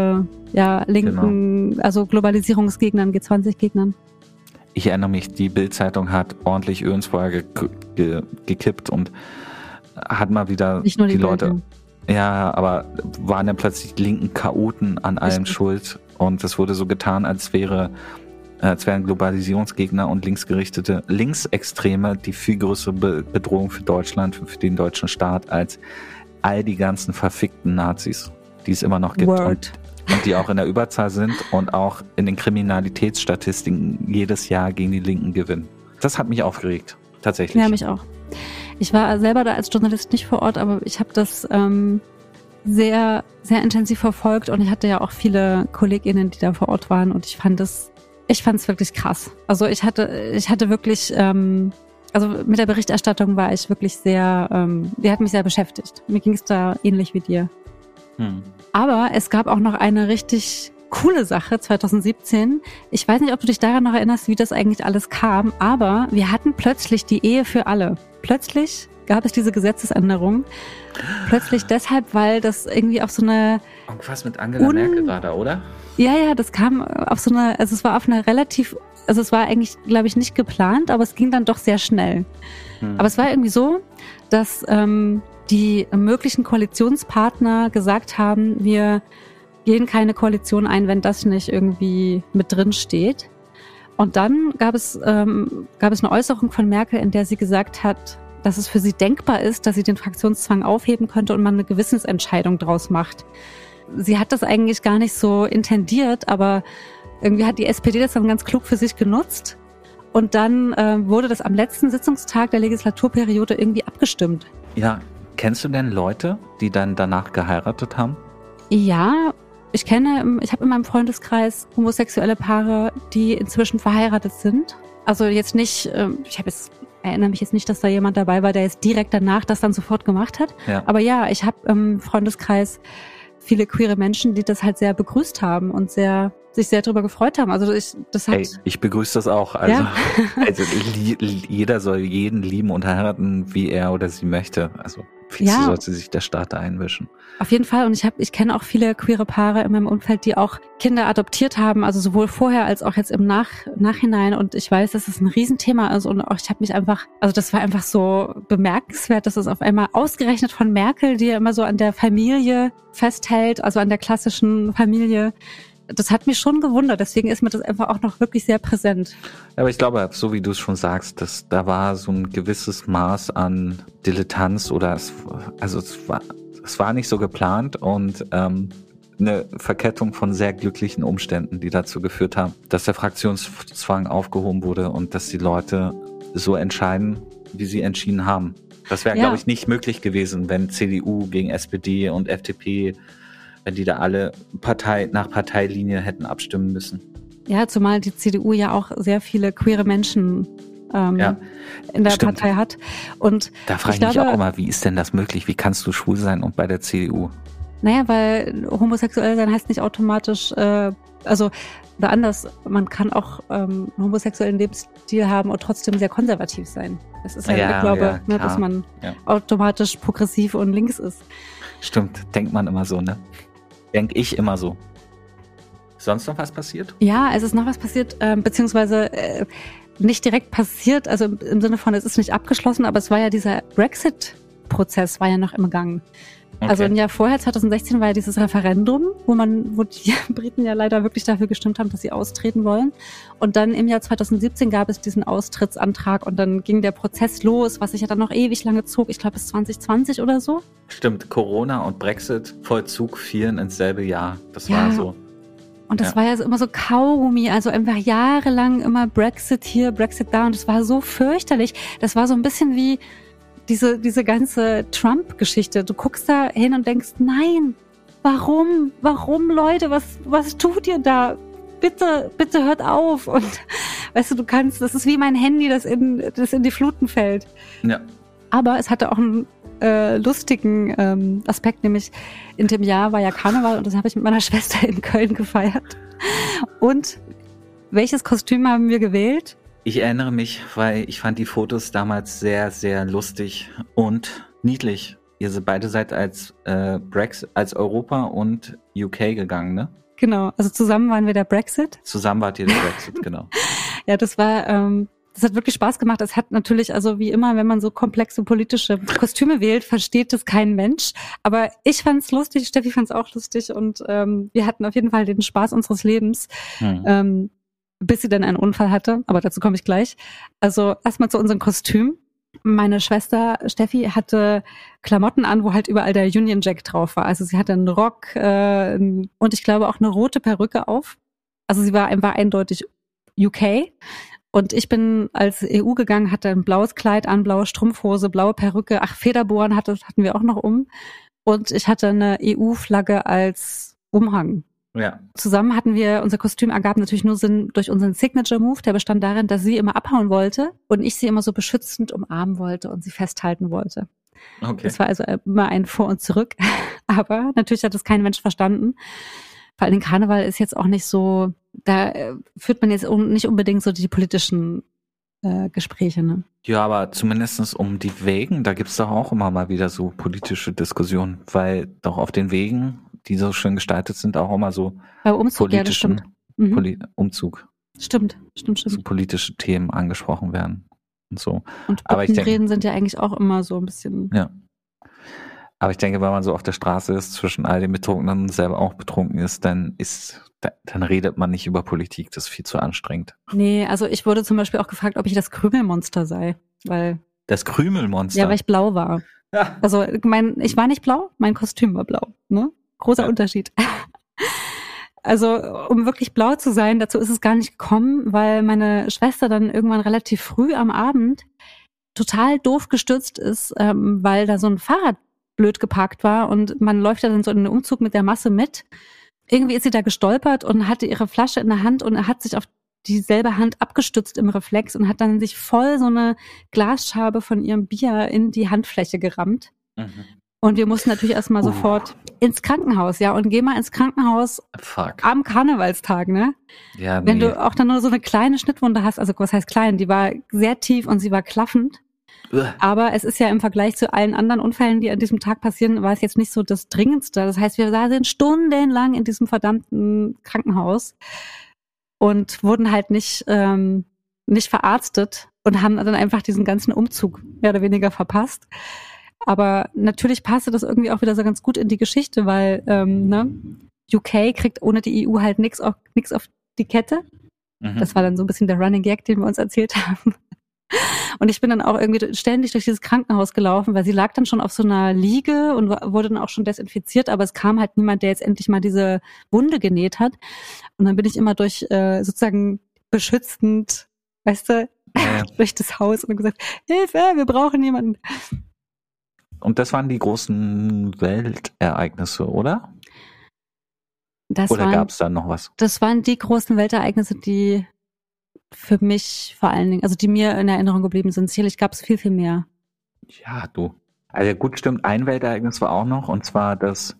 linken, also Globalisierungsgegnern, G20-Gegnern. Ich erinnere mich, die Bild-Zeitung hat ordentlich Öl ins Feuer gekippt und hat mal wieder nicht nur die Leute... Ja, aber waren dann plötzlich die linken Chaoten an allem schuld und es wurde so getan, als wären Globalisierungsgegner und Linksextreme die viel größere Bedrohung für Deutschland, für den deutschen Staat, als all die ganzen verfickten Nazis, die es immer noch gibt und die auch in der Überzahl sind und auch in den Kriminalitätsstatistiken jedes Jahr gegen die Linken gewinnen. Das hat mich aufgeregt, tatsächlich. Ja, mich auch. Ich war selber da als Journalist nicht vor Ort, aber ich habe das sehr, sehr intensiv verfolgt und ich hatte ja auch viele KollegInnen, die da vor Ort waren und ich fand es wirklich krass. Also ich hatte wirklich, also mit der Berichterstattung war ich wirklich sehr, die hat mich sehr beschäftigt. Mir ging es da ähnlich wie dir. Aber es gab auch noch eine richtig coole Sache 2017. Ich weiß nicht, ob du dich daran noch erinnerst, wie das eigentlich alles kam, aber wir hatten plötzlich die Ehe für alle. Plötzlich gab es diese Gesetzesänderung. Plötzlich deshalb, weil das irgendwie auf so eine... Irgendwas mit Angela Merkel war da, oder? Ja, das kam auf so eine... Also es war auf eine relativ... Also es war eigentlich, glaube ich, nicht geplant, aber es ging dann doch sehr schnell. Aber es war irgendwie so, dass die möglichen Koalitionspartner gesagt haben, wir gehen keine Koalition ein, wenn das nicht irgendwie mit drin steht. Und dann gab es eine Äußerung von Merkel, in der sie gesagt hat, dass es für sie denkbar ist, dass sie den Fraktionszwang aufheben könnte und man eine Gewissensentscheidung draus macht. Sie hat das eigentlich gar nicht so intendiert, aber irgendwie hat die SPD das dann ganz klug für sich genutzt. Und dann wurde das am letzten Sitzungstag der Legislaturperiode irgendwie abgestimmt. Ja, kennst du denn Leute, die dann danach geheiratet haben? Ja, ich habe in meinem Freundeskreis homosexuelle Paare, die inzwischen verheiratet sind. Also jetzt nicht, erinnere mich jetzt nicht, dass da jemand dabei war, der jetzt direkt danach das dann sofort gemacht hat. Ja. Aber ja, ich habe im Freundeskreis viele queere Menschen, die das halt sehr begrüßt haben und sich sehr darüber gefreut haben. Also ich begrüße das auch. Also, ja? Also jeder soll jeden lieben und heiraten, wie er oder sie möchte. Also Wieso sollte sich der Staat da einmischen? Auf jeden Fall. Und ich kenne auch viele queere Paare in meinem Umfeld, die auch Kinder adoptiert haben, also sowohl vorher als auch jetzt im Nachhinein. Und ich weiß, dass es ein Riesenthema ist. Und auch ich habe mich einfach, also das war einfach so bemerkenswert, dass es auf einmal ausgerechnet von Merkel, die ja immer so an der Familie festhält, also an der klassischen Familie, das hat mich schon gewundert, deswegen ist mir das einfach auch noch wirklich sehr präsent. Aber ich glaube, so wie du es schon sagst, da war so ein gewisses Maß an Dilettanz oder es war nicht so geplant und eine Verkettung von sehr glücklichen Umständen, die dazu geführt haben, dass der Fraktionszwang aufgehoben wurde und dass die Leute so entscheiden, wie sie entschieden haben. Das wäre, glaube ich, nicht möglich gewesen, wenn CDU gegen SPD und FDP, wenn die da alle nach Parteilinie hätten abstimmen müssen. Ja, zumal die CDU ja auch sehr viele queere Menschen in der Partei hat. Und da frage ich mich auch immer, wie ist denn das möglich? Wie kannst du schwul sein und bei der CDU? Naja, weil homosexuell sein heißt nicht automatisch, oder anders, man kann auch einen homosexuellen Lebensstil haben und trotzdem sehr konservativ sein. Das ist halt, ich glaube, dass man automatisch progressiv und links ist. Stimmt, denkt man immer so, ne? Denk ich immer so. Sonst noch was passiert? Ja, es ist noch was passiert, beziehungsweise nicht direkt passiert, also im Sinne von, es ist nicht abgeschlossen, aber es war ja dieser Brexit-Prozess war ja noch im Gang. Okay. Also ein Jahr vorher, 2016, war ja dieses Referendum, wo die Briten ja leider wirklich dafür gestimmt haben, dass sie austreten wollen. Und dann im Jahr 2017 gab es diesen Austrittsantrag und dann ging der Prozess los, was sich ja dann noch ewig lange zog. Ich glaube bis 2020 oder so. Stimmt, Corona und Brexit, Vollzug fielen ins selbe Jahr. Das war so. Und das war ja so immer so Kaugummi, also einfach jahrelang immer Brexit hier, Brexit da. Und es war so fürchterlich. Das war so ein bisschen wie diese ganze Trump-Geschichte. Du guckst da hin und denkst, nein, warum Leute, was tut ihr da? Bitte hört auf. Und weißt du, das ist wie mein Handy, das in die Fluten fällt. Ja. Aber es hatte auch einen lustigen Aspekt, nämlich in dem Jahr war ja Karneval und das habe ich mit meiner Schwester in Köln gefeiert. Und welches Kostüm haben wir gewählt? Ich erinnere mich, weil ich fand die Fotos damals sehr, sehr lustig und niedlich. Ihr beide seid als Europa und UK gegangen, ne? Genau, also zusammen waren wir der Brexit. Zusammen wart ihr der Brexit, genau. Ja, das hat wirklich Spaß gemacht. Es hat natürlich, also wie immer, wenn man so komplexe politische Kostüme wählt, versteht das kein Mensch. Aber ich fand's lustig, Steffi fand's auch lustig und wir hatten auf jeden Fall den Spaß unseres Lebens. Bis sie dann einen Unfall hatte, aber dazu komme ich gleich. Also erstmal zu unserem Kostüm. Meine Schwester Steffi hatte Klamotten an, wo halt überall der Union Jack drauf war. Also sie hatte einen Rock und ich glaube auch eine rote Perücke auf. Also sie war einfach eindeutig UK. Und ich bin als EU gegangen, hatte ein blaues Kleid an, blaue Strumpfhose, blaue Perücke. Federbohren hatten wir auch noch um. Und ich hatte eine EU-Flagge als Umhang. Ja. Zusammen hatten wir, unser Kostüm ergab natürlich nur Sinn durch unseren Signature-Move, der bestand darin, dass sie immer abhauen wollte und ich sie immer so beschützend umarmen wollte und sie festhalten wollte. Okay. Das war also immer ein Vor und Zurück. Aber natürlich hat das kein Mensch verstanden. Vor allem Karneval ist jetzt auch nicht so, da führt man jetzt nicht unbedingt so die politischen Gespräche, ne? Ja, aber zumindest um die Wegen, da gibt's doch auch immer mal wieder so politische Diskussionen, weil doch auf den Wegen, die so schön gestaltet sind, auch immer so politischen Umzug. Stimmt. So politische Themen angesprochen werden und so. Und Reden sind ja eigentlich auch immer so ein bisschen. Ja. Aber ich denke, wenn man so auf der Straße ist, zwischen all den Betrunkenen und selber auch betrunken ist, dann redet man nicht über Politik. Das ist viel zu anstrengend. Nee, also ich wurde zum Beispiel auch gefragt, ob ich das Krümelmonster sei, weil. Das Krümelmonster? Ja, weil ich blau war. Ja. Also ich war nicht blau, mein Kostüm war blau, ne? Großer Unterschied. Also, um wirklich blau zu sein, dazu ist es gar nicht gekommen, weil meine Schwester dann irgendwann relativ früh am Abend total doof gestürzt ist, weil da so ein Fahrrad blöd geparkt war und man läuft ja dann so in den Umzug mit der Masse mit. Irgendwie ist sie da gestolpert und hatte ihre Flasche in der Hand und hat sich auf dieselbe Hand abgestützt im Reflex und hat dann sich voll so eine Glasschabe von ihrem Bier in die Handfläche gerammt. Mhm. Und wir mussten natürlich erstmal sofort ins Krankenhaus, ja, und geh mal ins Krankenhaus am Karnevalstag, ne? Ja, Wenn du auch dann nur so eine kleine Schnittwunde hast, also was heißt klein, die war sehr tief und sie war klaffend. Aber es ist ja im Vergleich zu allen anderen Unfällen, die an diesem Tag passieren, war es jetzt nicht so das Dringendste. Das heißt, wir sind stundenlang in diesem verdammten Krankenhaus und wurden halt nicht verarztet und haben dann einfach diesen ganzen Umzug mehr oder weniger verpasst. Aber natürlich passte das irgendwie auch wieder so ganz gut in die Geschichte, weil UK kriegt ohne die EU halt nix auf die Kette. Das war dann so ein bisschen der Running Gag, den wir uns erzählt haben. Und ich bin dann auch irgendwie ständig durch dieses Krankenhaus gelaufen, weil sie lag dann schon auf so einer Liege und wurde dann auch schon desinfiziert, aber es kam halt niemand, der jetzt endlich mal diese Wunde genäht hat. Und dann bin ich immer durch sozusagen beschützend, weißt du, durch das Haus und gesagt, Hilfe, wir brauchen jemanden. Und das waren die großen Weltereignisse, oder? Oder gab es da noch was? Das waren die großen Weltereignisse, die für mich vor allen Dingen, also die mir in Erinnerung geblieben sind. Sicherlich gab es viel, viel mehr. Ja, du. Also gut, stimmt, ein Weltereignis war auch noch, und zwar das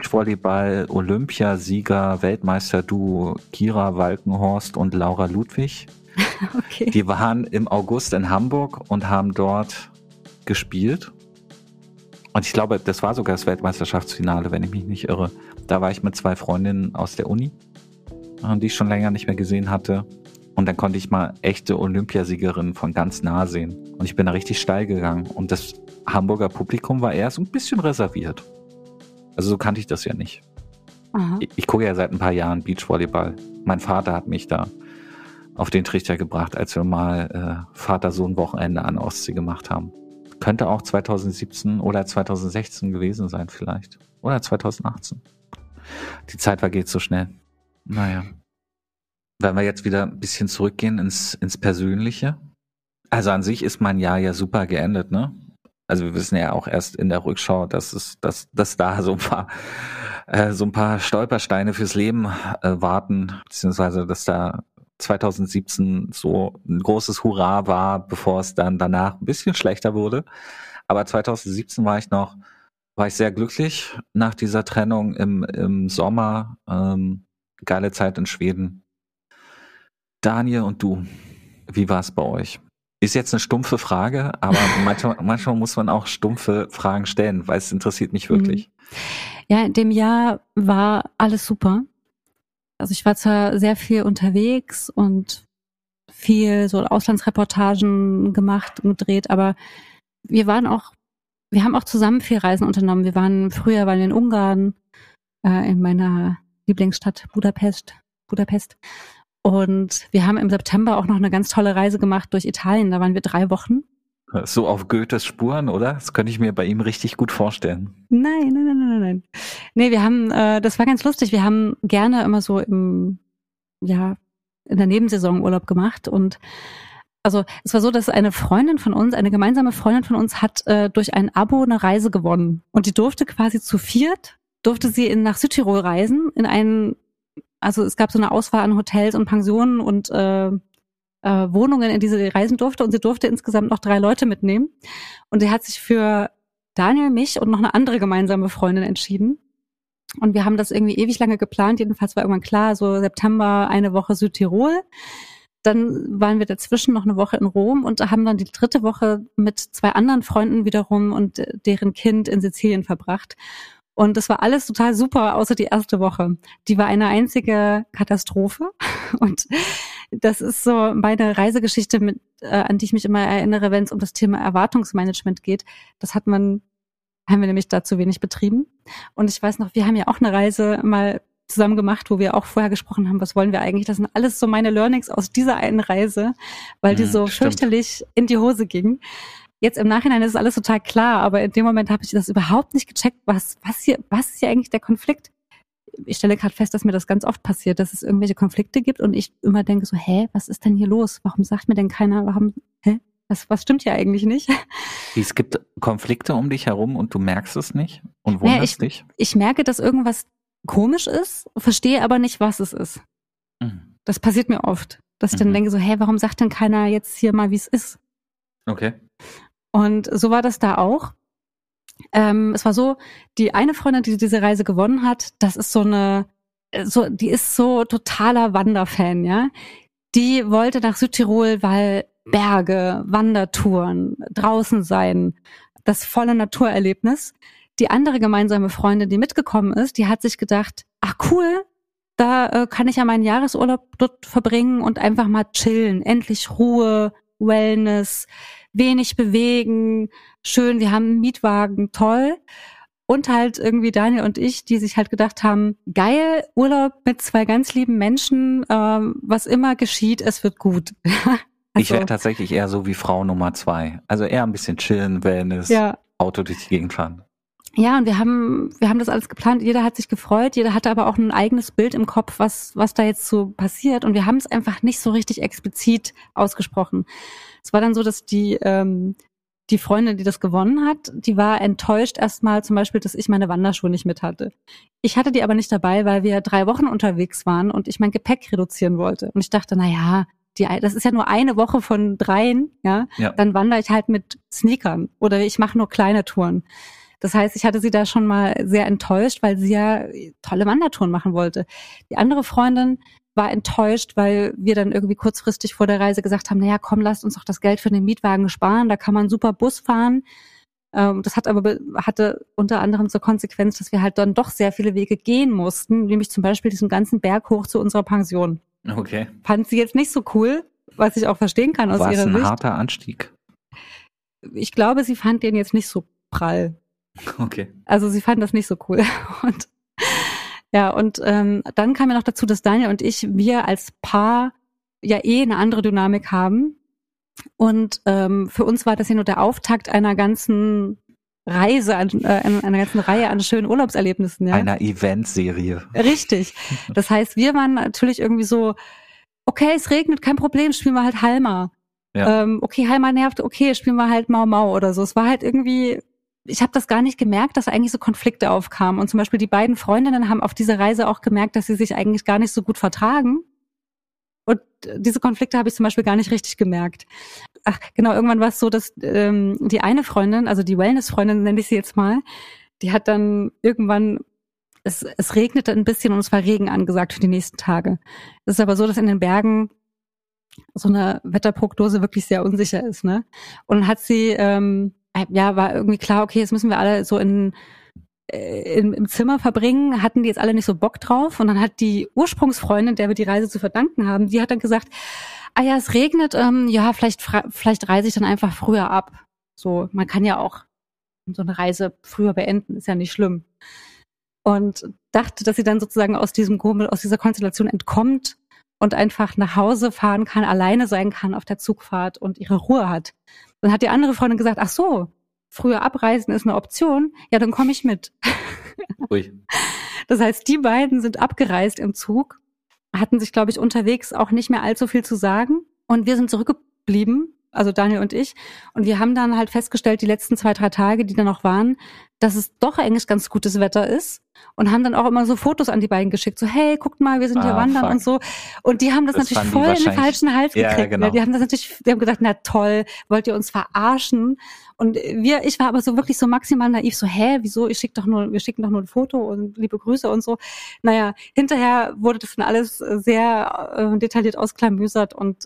Beachvolleyball-Olympiasieger-Weltmeister-Duo Kira Walkenhorst und Laura Ludwig. Okay. Die waren im August in Hamburg und haben dort gespielt. Und ich glaube, das war sogar das Weltmeisterschaftsfinale, wenn ich mich nicht irre. Da war ich mit 2 Freundinnen aus der Uni, die ich schon länger nicht mehr gesehen hatte. Und dann konnte ich mal echte Olympiasiegerinnen von ganz nah sehen. Und ich bin da richtig steil gegangen. Und das Hamburger Publikum war eher so ein bisschen reserviert. Also so kannte ich das ja nicht. Aha. Ich gucke ja seit ein paar Jahren Beachvolleyball. Mein Vater hat mich da auf den Trichter gebracht, als wir mal Vater-Sohn-Wochenende an Ostsee gemacht haben. Könnte auch 2017 oder 2016 gewesen sein vielleicht. Oder 2018. Die Zeit vergeht so schnell. Naja. Wenn wir jetzt wieder ein bisschen zurückgehen ins Persönliche. Also an sich ist mein Jahr ja super geendet, ne? Also wir wissen ja auch erst in der Rückschau, dass da so ein paar Stolpersteine fürs Leben warten, beziehungsweise dass da 2017 so ein großes Hurra war, bevor es dann danach ein bisschen schlechter wurde. Aber 2017 war ich sehr glücklich nach dieser Trennung im Sommer. Geile Zeit in Schweden. Daniel und du, wie war es bei euch? Ist jetzt eine stumpfe Frage, aber manchmal muss man auch stumpfe Fragen stellen, weil es interessiert mich wirklich. Ja, in dem Jahr war alles super. Also ich war zwar sehr viel unterwegs und viel so Auslandsreportagen gemacht und gedreht, aber wir haben auch zusammen viel Reisen unternommen. Früher waren wir in Ungarn, in meiner Lieblingsstadt Budapest. Und wir haben im September auch noch eine ganz tolle Reise gemacht durch Italien. Da waren wir 3 Wochen. So auf Goethes Spuren, oder? Das könnte ich mir bei ihm richtig gut vorstellen. Nein. Nee, das war ganz lustig. Wir haben gerne immer so in der Nebensaison Urlaub gemacht. Und also es war so, dass eine gemeinsame Freundin von uns hat durch ein Abo eine Reise gewonnen. Und die durfte quasi zu 4 nach Südtirol reisen also es gab so eine Auswahl an Hotels und Pensionen und Wohnungen, in die sie reisen durfte, und sie durfte insgesamt noch 3 Leute mitnehmen. Und sie hat sich für Daniel, mich und noch eine andere gemeinsame Freundin entschieden. Und wir haben das irgendwie ewig lange geplant. Jedenfalls war irgendwann klar, so September 1 Woche Südtirol. Dann waren wir dazwischen noch eine Woche in Rom und haben dann die 3. Woche mit 2 anderen Freunden wiederum und deren Kind in Sizilien verbracht. Und das war alles total super, außer die 1. Woche. Die war eine einzige Katastrophe. Und das ist so meine Reisegeschichte, an die ich mich immer erinnere, wenn es um das Thema Erwartungsmanagement geht. haben wir nämlich da zu wenig betrieben. Und ich weiß noch, wir haben ja auch eine Reise mal zusammen gemacht, wo wir auch vorher gesprochen haben, was wollen wir eigentlich? Das sind alles so meine Learnings aus dieser einen Reise, weil die so fürchterlich in die Hose ging. Jetzt im Nachhinein ist alles total klar, aber in dem Moment habe ich das überhaupt nicht gecheckt, was ist hier eigentlich der Konflikt? Ich stelle gerade fest, dass mir das ganz oft passiert, dass es irgendwelche Konflikte gibt und ich immer denke so, was ist denn hier los? Warum sagt mir denn keiner, was stimmt hier eigentlich nicht? Es gibt Konflikte um dich herum und du merkst es nicht und wunderst dich? Ich merke, dass irgendwas komisch ist, verstehe aber nicht, was es ist. Mhm. Das passiert mir oft, dass ich dann denke so, warum sagt denn keiner jetzt hier mal, wie es ist? Okay. Und so war das da auch. Es war so, die eine Freundin, die diese Reise gewonnen hat, das ist die ist so totaler Wanderfan, ja. Die wollte nach Südtirol, weil Berge, Wandertouren, draußen sein, das volle Naturerlebnis. Die andere gemeinsame Freundin, die mitgekommen ist, die hat sich gedacht, ach cool, da kann ich ja meinen Jahresurlaub dort verbringen und einfach mal chillen. Endlich Ruhe, Wellness, wenig bewegen, schön, wir haben einen Mietwagen, toll. Und halt irgendwie Daniel und ich, die sich halt gedacht haben, geil, Urlaub mit 2 ganz lieben Menschen, was immer geschieht, es wird gut. Ich wäre tatsächlich eher so wie Frau Nummer 2. Also eher ein bisschen chillen, Wellness, Auto durch die Gegend fahren. Ja, und wir haben das alles geplant. Jeder hat sich gefreut. Jeder hatte aber auch ein eigenes Bild im Kopf, was da jetzt so passiert. Und wir haben es einfach nicht so richtig explizit ausgesprochen. Es war dann so, dass die Freundin, die das gewonnen hat, die war enttäuscht erstmal zum Beispiel, dass ich meine Wanderschuhe nicht mit hatte. Ich hatte die aber nicht dabei, weil wir 3 Wochen unterwegs waren und ich mein Gepäck reduzieren wollte. Und ich dachte, das ist ja nur eine Woche von 3, ja. Dann wandere ich halt mit Sneakern oder ich mache nur kleine Touren. Das heißt, ich hatte sie da schon mal sehr enttäuscht, weil sie ja tolle Wandertouren machen wollte. Die andere Freundin war enttäuscht, weil wir dann irgendwie kurzfristig vor der Reise gesagt haben, naja, komm, lasst uns doch das Geld für den Mietwagen sparen, da kann man super Bus fahren. Das hatte unter anderem zur Konsequenz, dass wir halt dann doch sehr viele Wege gehen mussten, nämlich zum Beispiel diesen ganzen Berg hoch zu unserer Pension. Okay. Fand sie jetzt nicht so cool, was ich auch verstehen kann aus ihrer Sicht. War es ein harter Anstieg? Ich glaube, sie fand den jetzt nicht so prall. Okay. Also sie fanden das nicht so cool. Und dann kam ja noch dazu, dass Daniel und wir als Paar ja eine andere Dynamik haben. Und für uns war das ja nur der Auftakt einer ganzen Reise, einer ganzen Reihe an schönen Urlaubserlebnissen. Ja? Einer Eventserie. Richtig. Das heißt, wir waren natürlich irgendwie so, okay, es regnet, kein Problem, spielen wir halt Halma. Ja. Okay, Halma nervt, okay, spielen wir halt Mau Mau oder so. Es war halt irgendwie... Ich habe das gar nicht gemerkt, dass eigentlich so Konflikte aufkamen. Und zum Beispiel die beiden Freundinnen haben auf dieser Reise auch gemerkt, dass sie sich eigentlich gar nicht so gut vertragen. Und diese Konflikte habe ich zum Beispiel gar nicht richtig gemerkt. Ach, genau, irgendwann war es so, dass die eine Freundin, also die Wellness-Freundin nenne ich sie jetzt mal, die hat dann irgendwann, es regnete ein bisschen und es war Regen angesagt für die nächsten Tage. Es ist aber so, dass in den Bergen so eine Wetterprognose wirklich sehr unsicher ist, ne? Und dann hat sie war irgendwie klar, okay, jetzt müssen wir alle so im Zimmer verbringen, hatten die jetzt alle nicht so Bock drauf. Und dann hat die Ursprungsfreundin, der wir die Reise zu verdanken haben, die hat dann gesagt, es regnet, vielleicht reise ich dann einfach früher ab. So, man kann ja auch so eine Reise früher beenden, ist ja nicht schlimm. Und dachte, dass sie dann sozusagen aus dieser Konstellation entkommt und einfach nach Hause fahren kann, alleine sein kann auf der Zugfahrt und ihre Ruhe hat. Dann hat die andere Freundin gesagt, ach so, früher abreisen ist eine Option, ja, dann komme ich mit. Ui. Das heißt, die beiden sind abgereist im Zug, hatten sich, glaube ich, unterwegs auch nicht mehr allzu viel zu sagen und wir sind zurückgeblieben, also Daniel und ich, und wir haben dann halt festgestellt, die letzten 2, 3 Tage, die dann noch waren, dass es doch eigentlich ganz gutes Wetter ist und haben dann auch immer so Fotos an die beiden geschickt, so hey, guckt mal, wir sind hier wandern und so. Und die haben das natürlich voll in den falschen Hals gekriegt. Ja, genau. Die haben gedacht, na toll, wollt ihr uns verarschen? Und ich war aber so wirklich so maximal naiv, so wieso, wir schicken doch nur ein Foto und liebe Grüße und so. Naja, hinterher wurde das dann alles sehr detailliert ausklamüsert und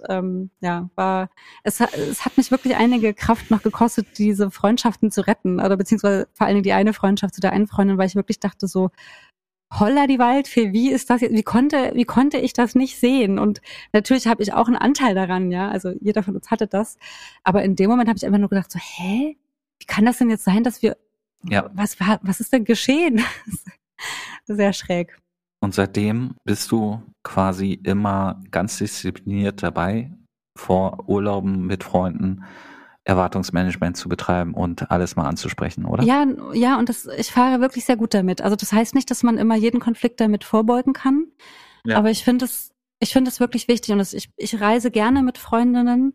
es hat mich wirklich einige Kraft noch gekostet, diese Freundschaften zu retten, oder beziehungsweise vor allen Dingen die eine Freundschaft zu der einen Freundin, weil ich wirklich dachte so, holla die Waldfee, wie ist das jetzt, wie konnte ich das nicht sehen? Und natürlich habe ich auch einen Anteil daran, ja, also jeder von uns hatte das, aber in dem Moment habe ich einfach nur gedacht so, wie kann das denn jetzt sein, dass wir, was ist denn geschehen? Sehr schräg. Und seitdem bist du quasi immer ganz diszipliniert dabei, vor Urlauben mit Freunden Erwartungsmanagement zu betreiben und alles mal anzusprechen, oder? Ja, und ich fahre wirklich sehr gut damit. Also das heißt nicht, dass man immer jeden Konflikt damit vorbeugen kann, aber ich finde es wirklich wichtig und ich reise gerne mit Freundinnen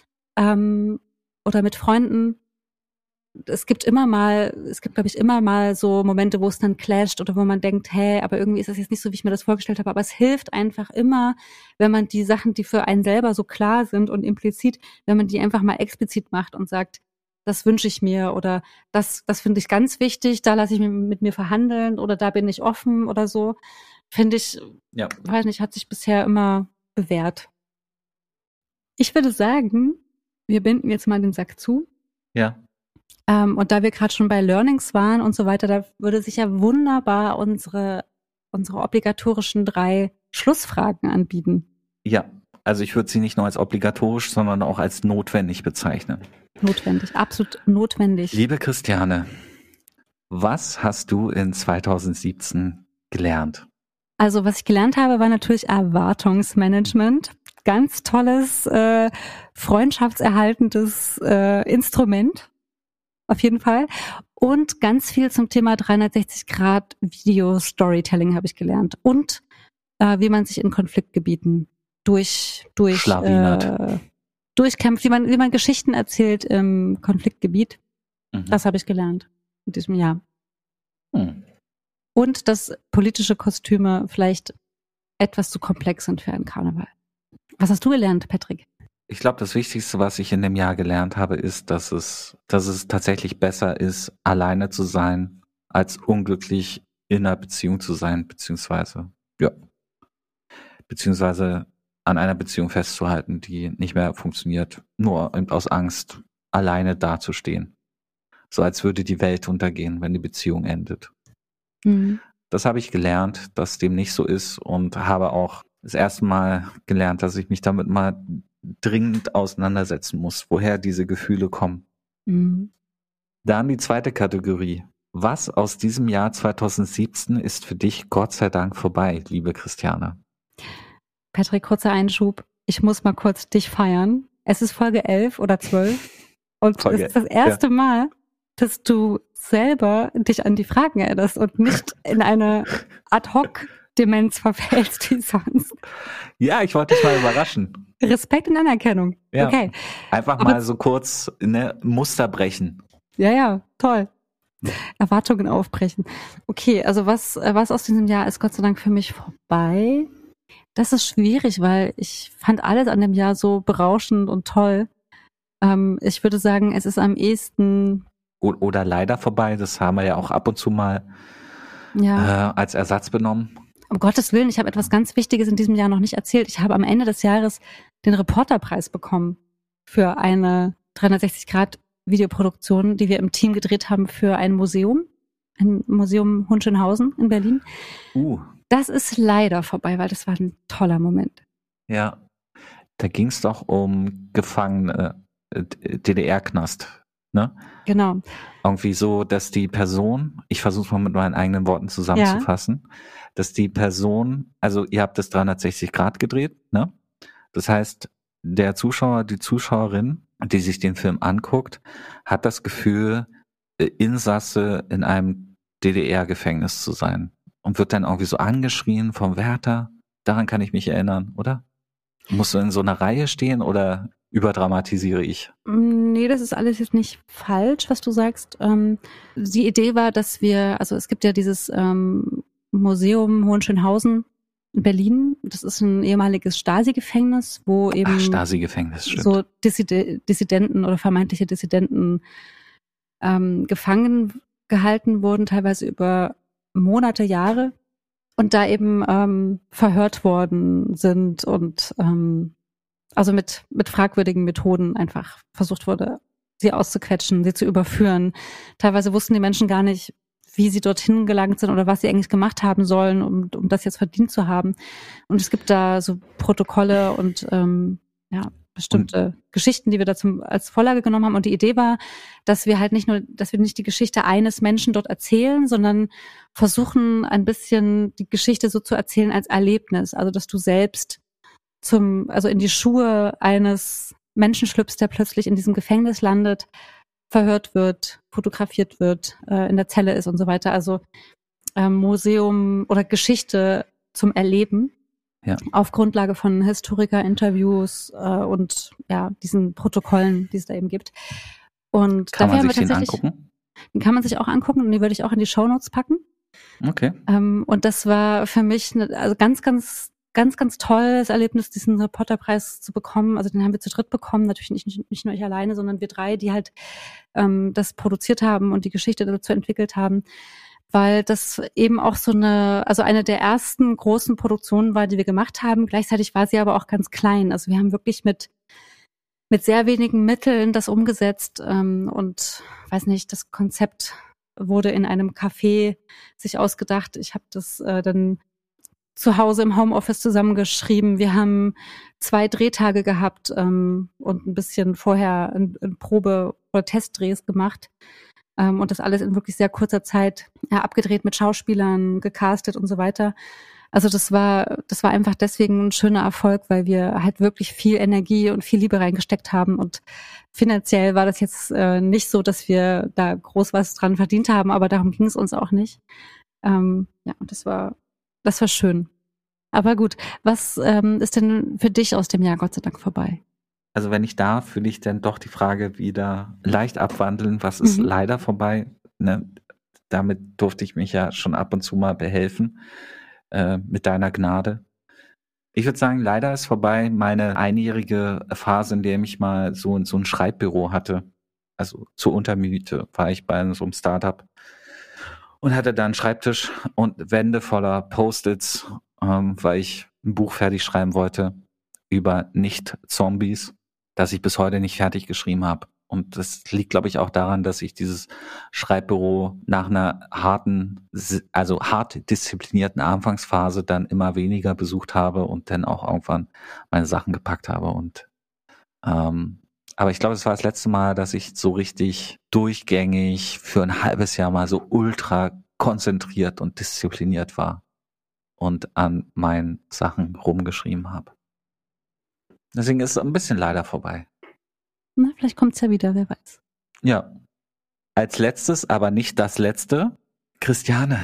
oder mit Freunden. Es gibt, glaube ich, immer mal so Momente, wo es dann clasht oder wo man denkt, aber irgendwie ist das jetzt nicht so, wie ich mir das vorgestellt habe. Aber es hilft einfach immer, wenn man die Sachen, die für einen selber so klar sind und implizit, wenn man die einfach mal explizit macht und sagt, das wünsche ich mir oder das finde ich ganz wichtig, da lasse ich mich mit mir verhandeln oder da bin ich offen oder so. Finde ich, weiß nicht, hat sich bisher immer bewährt. Ich würde sagen, wir binden jetzt mal den Sack zu. Ja. Und da wir gerade schon bei Learnings waren und so weiter, da würde sich ja wunderbar unsere obligatorischen 3 Schlussfragen anbieten. Ja, also ich würde sie nicht nur als obligatorisch, sondern auch als notwendig bezeichnen. Notwendig, absolut notwendig. Liebe Christiane, was hast du in 2017 gelernt? Also was ich gelernt habe, war natürlich Erwartungsmanagement. Ganz tolles, freundschaftserhaltendes Instrument. Auf jeden Fall. Und ganz viel zum Thema 360 Grad Video Storytelling habe ich gelernt. Und wie man sich in Konfliktgebieten durchkämpft, wie man Geschichten erzählt im Konfliktgebiet. Das habe ich gelernt in diesem Jahr. Und dass politische Kostüme vielleicht etwas zu komplex sind für einen Karneval. Was hast du gelernt, Patrick? Ich glaube, das Wichtigste, was ich in dem Jahr gelernt habe, ist, dass es tatsächlich besser ist, alleine zu sein, als unglücklich in einer Beziehung zu sein, beziehungsweise an einer Beziehung festzuhalten, die nicht mehr funktioniert, nur aus Angst, alleine dazustehen. So als würde die Welt untergehen, wenn die Beziehung endet. Das habe ich gelernt, dass dem nicht so ist, und habe auch das erste Mal gelernt, dass ich mich damit mal dringend auseinandersetzen muss, woher diese Gefühle kommen. Dann die zweite Kategorie. Was aus diesem Jahr 2017 ist für dich Gott sei Dank vorbei, liebe Christiane? Patrick, kurzer Einschub. Ich muss mal kurz dich feiern. Es ist Folge 11 oder 12 und es ist das erste Mal, dass du selber dich an die Fragen erinnerst und nicht in eine Ad-Hoc-Demenz verfällst wie sonst. Ja, ich wollte dich mal überraschen. Respekt und Anerkennung. Ja. Okay. Einfach mal so kurz Muster brechen. Ja, toll. Erwartungen aufbrechen. Okay, also was aus diesem Jahr ist Gott sei Dank für mich vorbei. Das ist schwierig, weil ich fand alles an dem Jahr so berauschend und toll. Ich würde sagen, es ist am ehesten... Oder leider vorbei, das haben wir ja auch ab und zu mal als Ersatz benommen. Um Gottes Willen, ich habe etwas ganz Wichtiges in diesem Jahr noch nicht erzählt. Ich habe am Ende des Jahres den Reporterpreis bekommen für eine 360-Grad-Videoproduktion, die wir im Team gedreht haben für ein Museum Hohenschönhausen in Berlin. Das ist leider vorbei, weil das war ein toller Moment. Ja, da ging es doch um Gefangene, DDR-Knast, ne? Genau. Irgendwie so, dass die Person, ich versuche es mal mit meinen eigenen Worten zusammenzufassen, dass die Person, also ihr habt das 360 Grad gedreht, ne? Das heißt, der Zuschauer, die Zuschauerin, die sich den Film anguckt, hat das Gefühl, Insasse in einem DDR-Gefängnis zu sein und wird dann irgendwie so angeschrien vom Wärter. Daran kann ich mich erinnern, oder? Musst du in so einer Reihe stehen oder überdramatisiere ich? Nee, das ist alles jetzt nicht falsch, was du sagst. Die Idee war, dass es gibt ja dieses Museum Hohenschönhausen in Berlin. Das ist ein ehemaliges Stasi-Gefängnis, wo eben Stasi-Gefängnis, stimmt. So Dissidenten oder vermeintliche Dissidenten gefangen gehalten wurden, teilweise über Monate, Jahre, und da eben verhört worden sind und also mit fragwürdigen Methoden einfach versucht wurde, sie auszuquetschen, sie zu überführen. Teilweise wussten die Menschen gar nicht, wie sie dorthin gelangt sind oder was sie eigentlich gemacht haben sollen, um das jetzt verdient zu haben. Und es gibt da so Protokolle und bestimmte Geschichten, die wir dazu als Vorlage genommen haben. Und die Idee war, dass wir nicht die Geschichte eines Menschen dort erzählen, sondern versuchen, ein bisschen die Geschichte so zu erzählen als Erlebnis. Also, dass du selbst in die Schuhe eines Menschen schlüpfst, der plötzlich in diesem Gefängnis landet, verhört wird, fotografiert wird, in der Zelle ist und so weiter. Also Museum oder Geschichte zum Erleben. Ja. Auf Grundlage von Historiker-Interviews und diesen Protokollen, die es da eben gibt. Und kann man sich den angucken? Den kann man sich auch angucken und die würde ich auch in die Shownotes packen. Okay. Und das war für mich ganz, ganz, ganz, ganz tolles Erlebnis, diesen Reporterpreis zu bekommen. Also den haben wir zu dritt bekommen, natürlich nicht nur ich alleine, sondern wir 3, die halt das produziert haben und die Geschichte dazu entwickelt haben. Weil das eben auch eine der ersten großen Produktionen war, die wir gemacht haben. Gleichzeitig war sie aber auch ganz klein. Also wir haben wirklich mit mit sehr wenigen Mitteln das umgesetzt und weiß nicht, das Konzept wurde in einem Café sich ausgedacht. Ich habe das dann zu Hause im Homeoffice zusammengeschrieben. Wir haben 2 Drehtage gehabt und ein bisschen vorher in Probe- oder Testdrehs gemacht und das alles in wirklich sehr kurzer Zeit abgedreht mit Schauspielern, gecastet und so weiter. Also das war einfach deswegen ein schöner Erfolg, weil wir halt wirklich viel Energie und viel Liebe reingesteckt haben und finanziell war das jetzt nicht so, dass wir da groß was dran verdient haben, aber darum ging es uns auch nicht. Und das war schön. Aber gut, was ist denn für dich aus dem Jahr Gott sei Dank vorbei? Also wenn ich darf, würde ich dann doch die Frage wieder leicht abwandeln, was ist leider vorbei? Ne? Damit durfte ich mich ja schon ab und zu mal behelfen. Mit deiner Gnade. Ich würde sagen, leider ist vorbei meine einjährige Phase, in der ich mal so ein Schreibbüro hatte. Also zur Untermiete war ich bei so einem Startup und hatte da einen Schreibtisch und Wände voller Post-its, weil ich ein Buch fertig schreiben wollte über Nicht-Zombies, das ich bis heute nicht fertig geschrieben habe. Und das liegt, glaube ich, auch daran, dass ich dieses Schreibbüro nach einer hart disziplinierten Anfangsphase dann immer weniger besucht habe und dann auch irgendwann meine Sachen gepackt habe. Und aber ich glaube, es war das letzte Mal, dass ich so richtig durchgängig für ein halbes Jahr mal so ultra konzentriert und diszipliniert war und an meinen Sachen rumgeschrieben habe. Deswegen ist es ein bisschen leider vorbei. Na, vielleicht kommt's ja wieder, wer weiß. Ja. Als letztes, aber nicht das letzte, Christiane,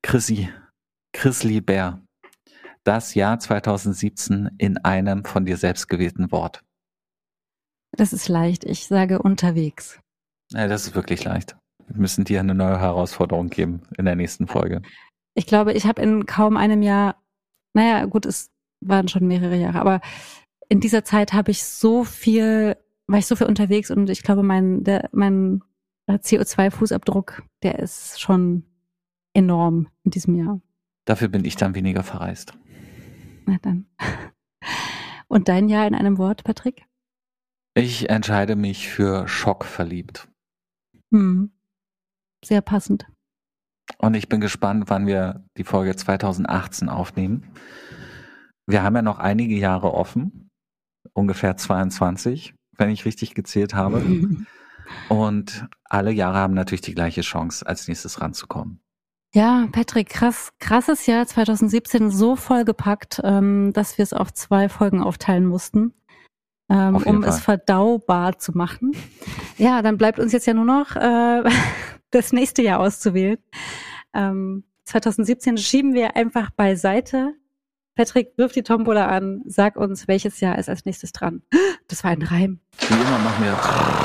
Chrisli Bär. Das Jahr 2017 in einem von dir selbst gewählten Wort. Das ist leicht. Ich sage unterwegs. Ja, das ist wirklich leicht. Wir müssen dir eine neue Herausforderung geben in der nächsten Folge. Ich glaube, ich habe in kaum einem Jahr, naja, gut, es waren schon mehrere Jahre, aber in dieser Zeit war ich so viel unterwegs und ich glaube, mein CO2-Fußabdruck, der ist schon enorm in diesem Jahr. Dafür bin ich dann weniger verreist. Na dann. Und dein Jahr in einem Wort, Patrick? Ich entscheide mich für schockverliebt. Sehr passend. Und ich bin gespannt, wann wir die Folge 2018 aufnehmen. Wir haben ja noch einige Jahre offen, ungefähr 22, wenn ich richtig gezählt habe. Und alle Jahre haben natürlich die gleiche Chance, als nächstes ranzukommen. Ja, Patrick, krasses Jahr 2017, so vollgepackt, dass wir es auf 2 Folgen aufteilen mussten, um es verdaubar zu machen. Ja, dann bleibt uns jetzt ja nur noch das nächste Jahr auszuwählen. 2017 schieben wir einfach beiseite. Patrick, wirf die Tombola an, sag uns, welches Jahr ist als nächstes dran. Das war ein Reim. Wie immer machen wir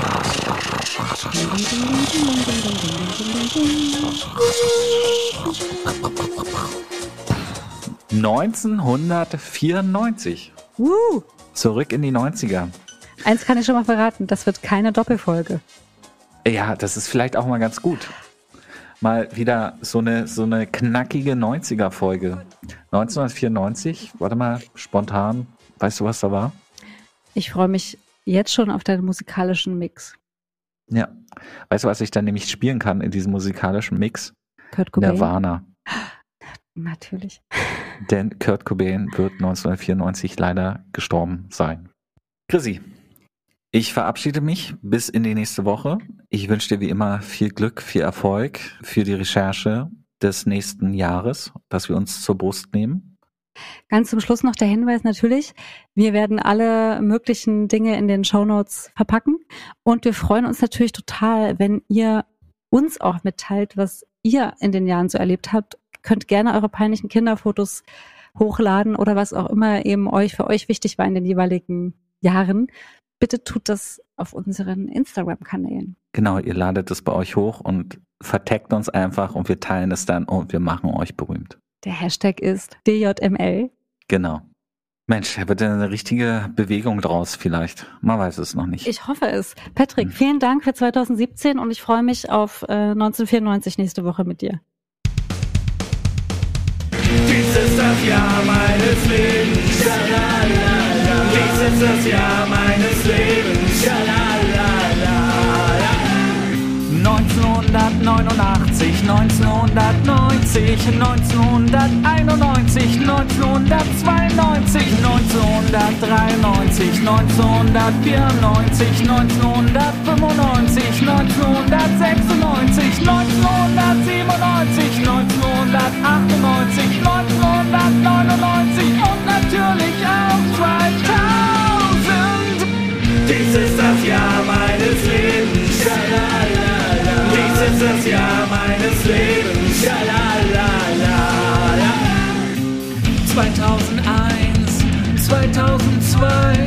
1994. Zurück in die 90er. Eins kann ich schon mal verraten, das wird keine Doppelfolge. Ja, das ist vielleicht auch mal ganz gut. Mal wieder so eine knackige 90er-Folge. 1994, warte mal, spontan, weißt du, was da war? Ich freue mich jetzt schon auf deinen musikalischen Mix. Ja, weißt du, was ich dann nämlich spielen kann in diesem musikalischen Mix? Kurt Cobain. Nirvana. Natürlich. Denn Kurt Cobain wird 1994 leider gestorben sein. Chrissy, ich verabschiede mich bis in die nächste Woche. Ich wünsche dir wie immer viel Glück, viel Erfolg für die Recherche des nächsten Jahres, das wir uns zur Brust nehmen. Ganz zum Schluss noch der Hinweis natürlich, wir werden alle möglichen Dinge in den Shownotes verpacken und wir freuen uns natürlich total, wenn ihr uns auch mitteilt, was ihr in den Jahren so erlebt habt. Könnt gerne eure peinlichen Kinderfotos hochladen oder was auch immer eben für euch wichtig war in den jeweiligen Jahren. Bitte tut das auf unseren Instagram-Kanälen. Genau, ihr ladet es bei euch hoch und vertaggt uns einfach und wir teilen es dann und wir machen euch berühmt. Der Hashtag ist DJML. Genau. Mensch, da wird eine richtige Bewegung draus vielleicht. Man weiß es noch nicht. Ich hoffe es. Patrick, vielen Dank für 2017 und ich freue mich auf 1994 nächste Woche mit dir. Dies ist das Jahr meines Lebens. Dies ist das Jahr meines Lebens. 1989, 1990, 1991, 1992, 1993, 1994, 1995, 1996, 1997, 1998, 1999 und natürlich auch 2000. Dies ist das Jahr meines Lebens, schalalala. Dies ist das Jahr meines Lebens, schalalala. 2001, 2002,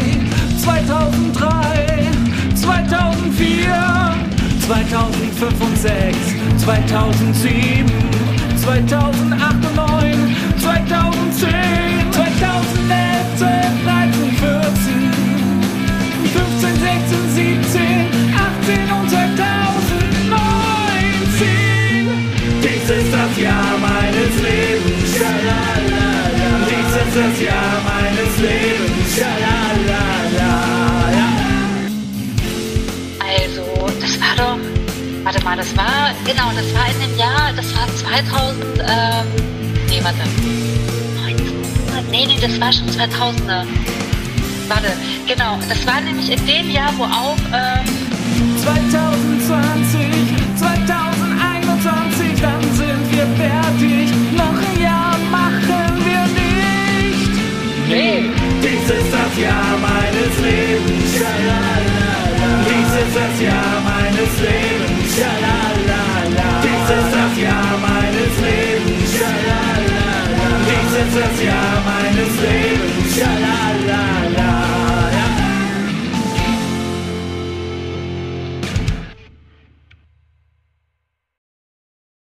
2003, 2004, 2005 und 6, 2007, 2008 und 9, 2010, 2011, 12, 13, 14, 15, 16, 17, 18 und 2019. Dies ist das Jahr meines Lebens, schalalala. Dies ist das Jahr meines Lebens, schalalala. Also, das war doch, warte mal, das war in dem Jahr, das war 2000, das war schon 2000er. Warte, genau, das war nämlich in dem Jahr, wo auch, 2020,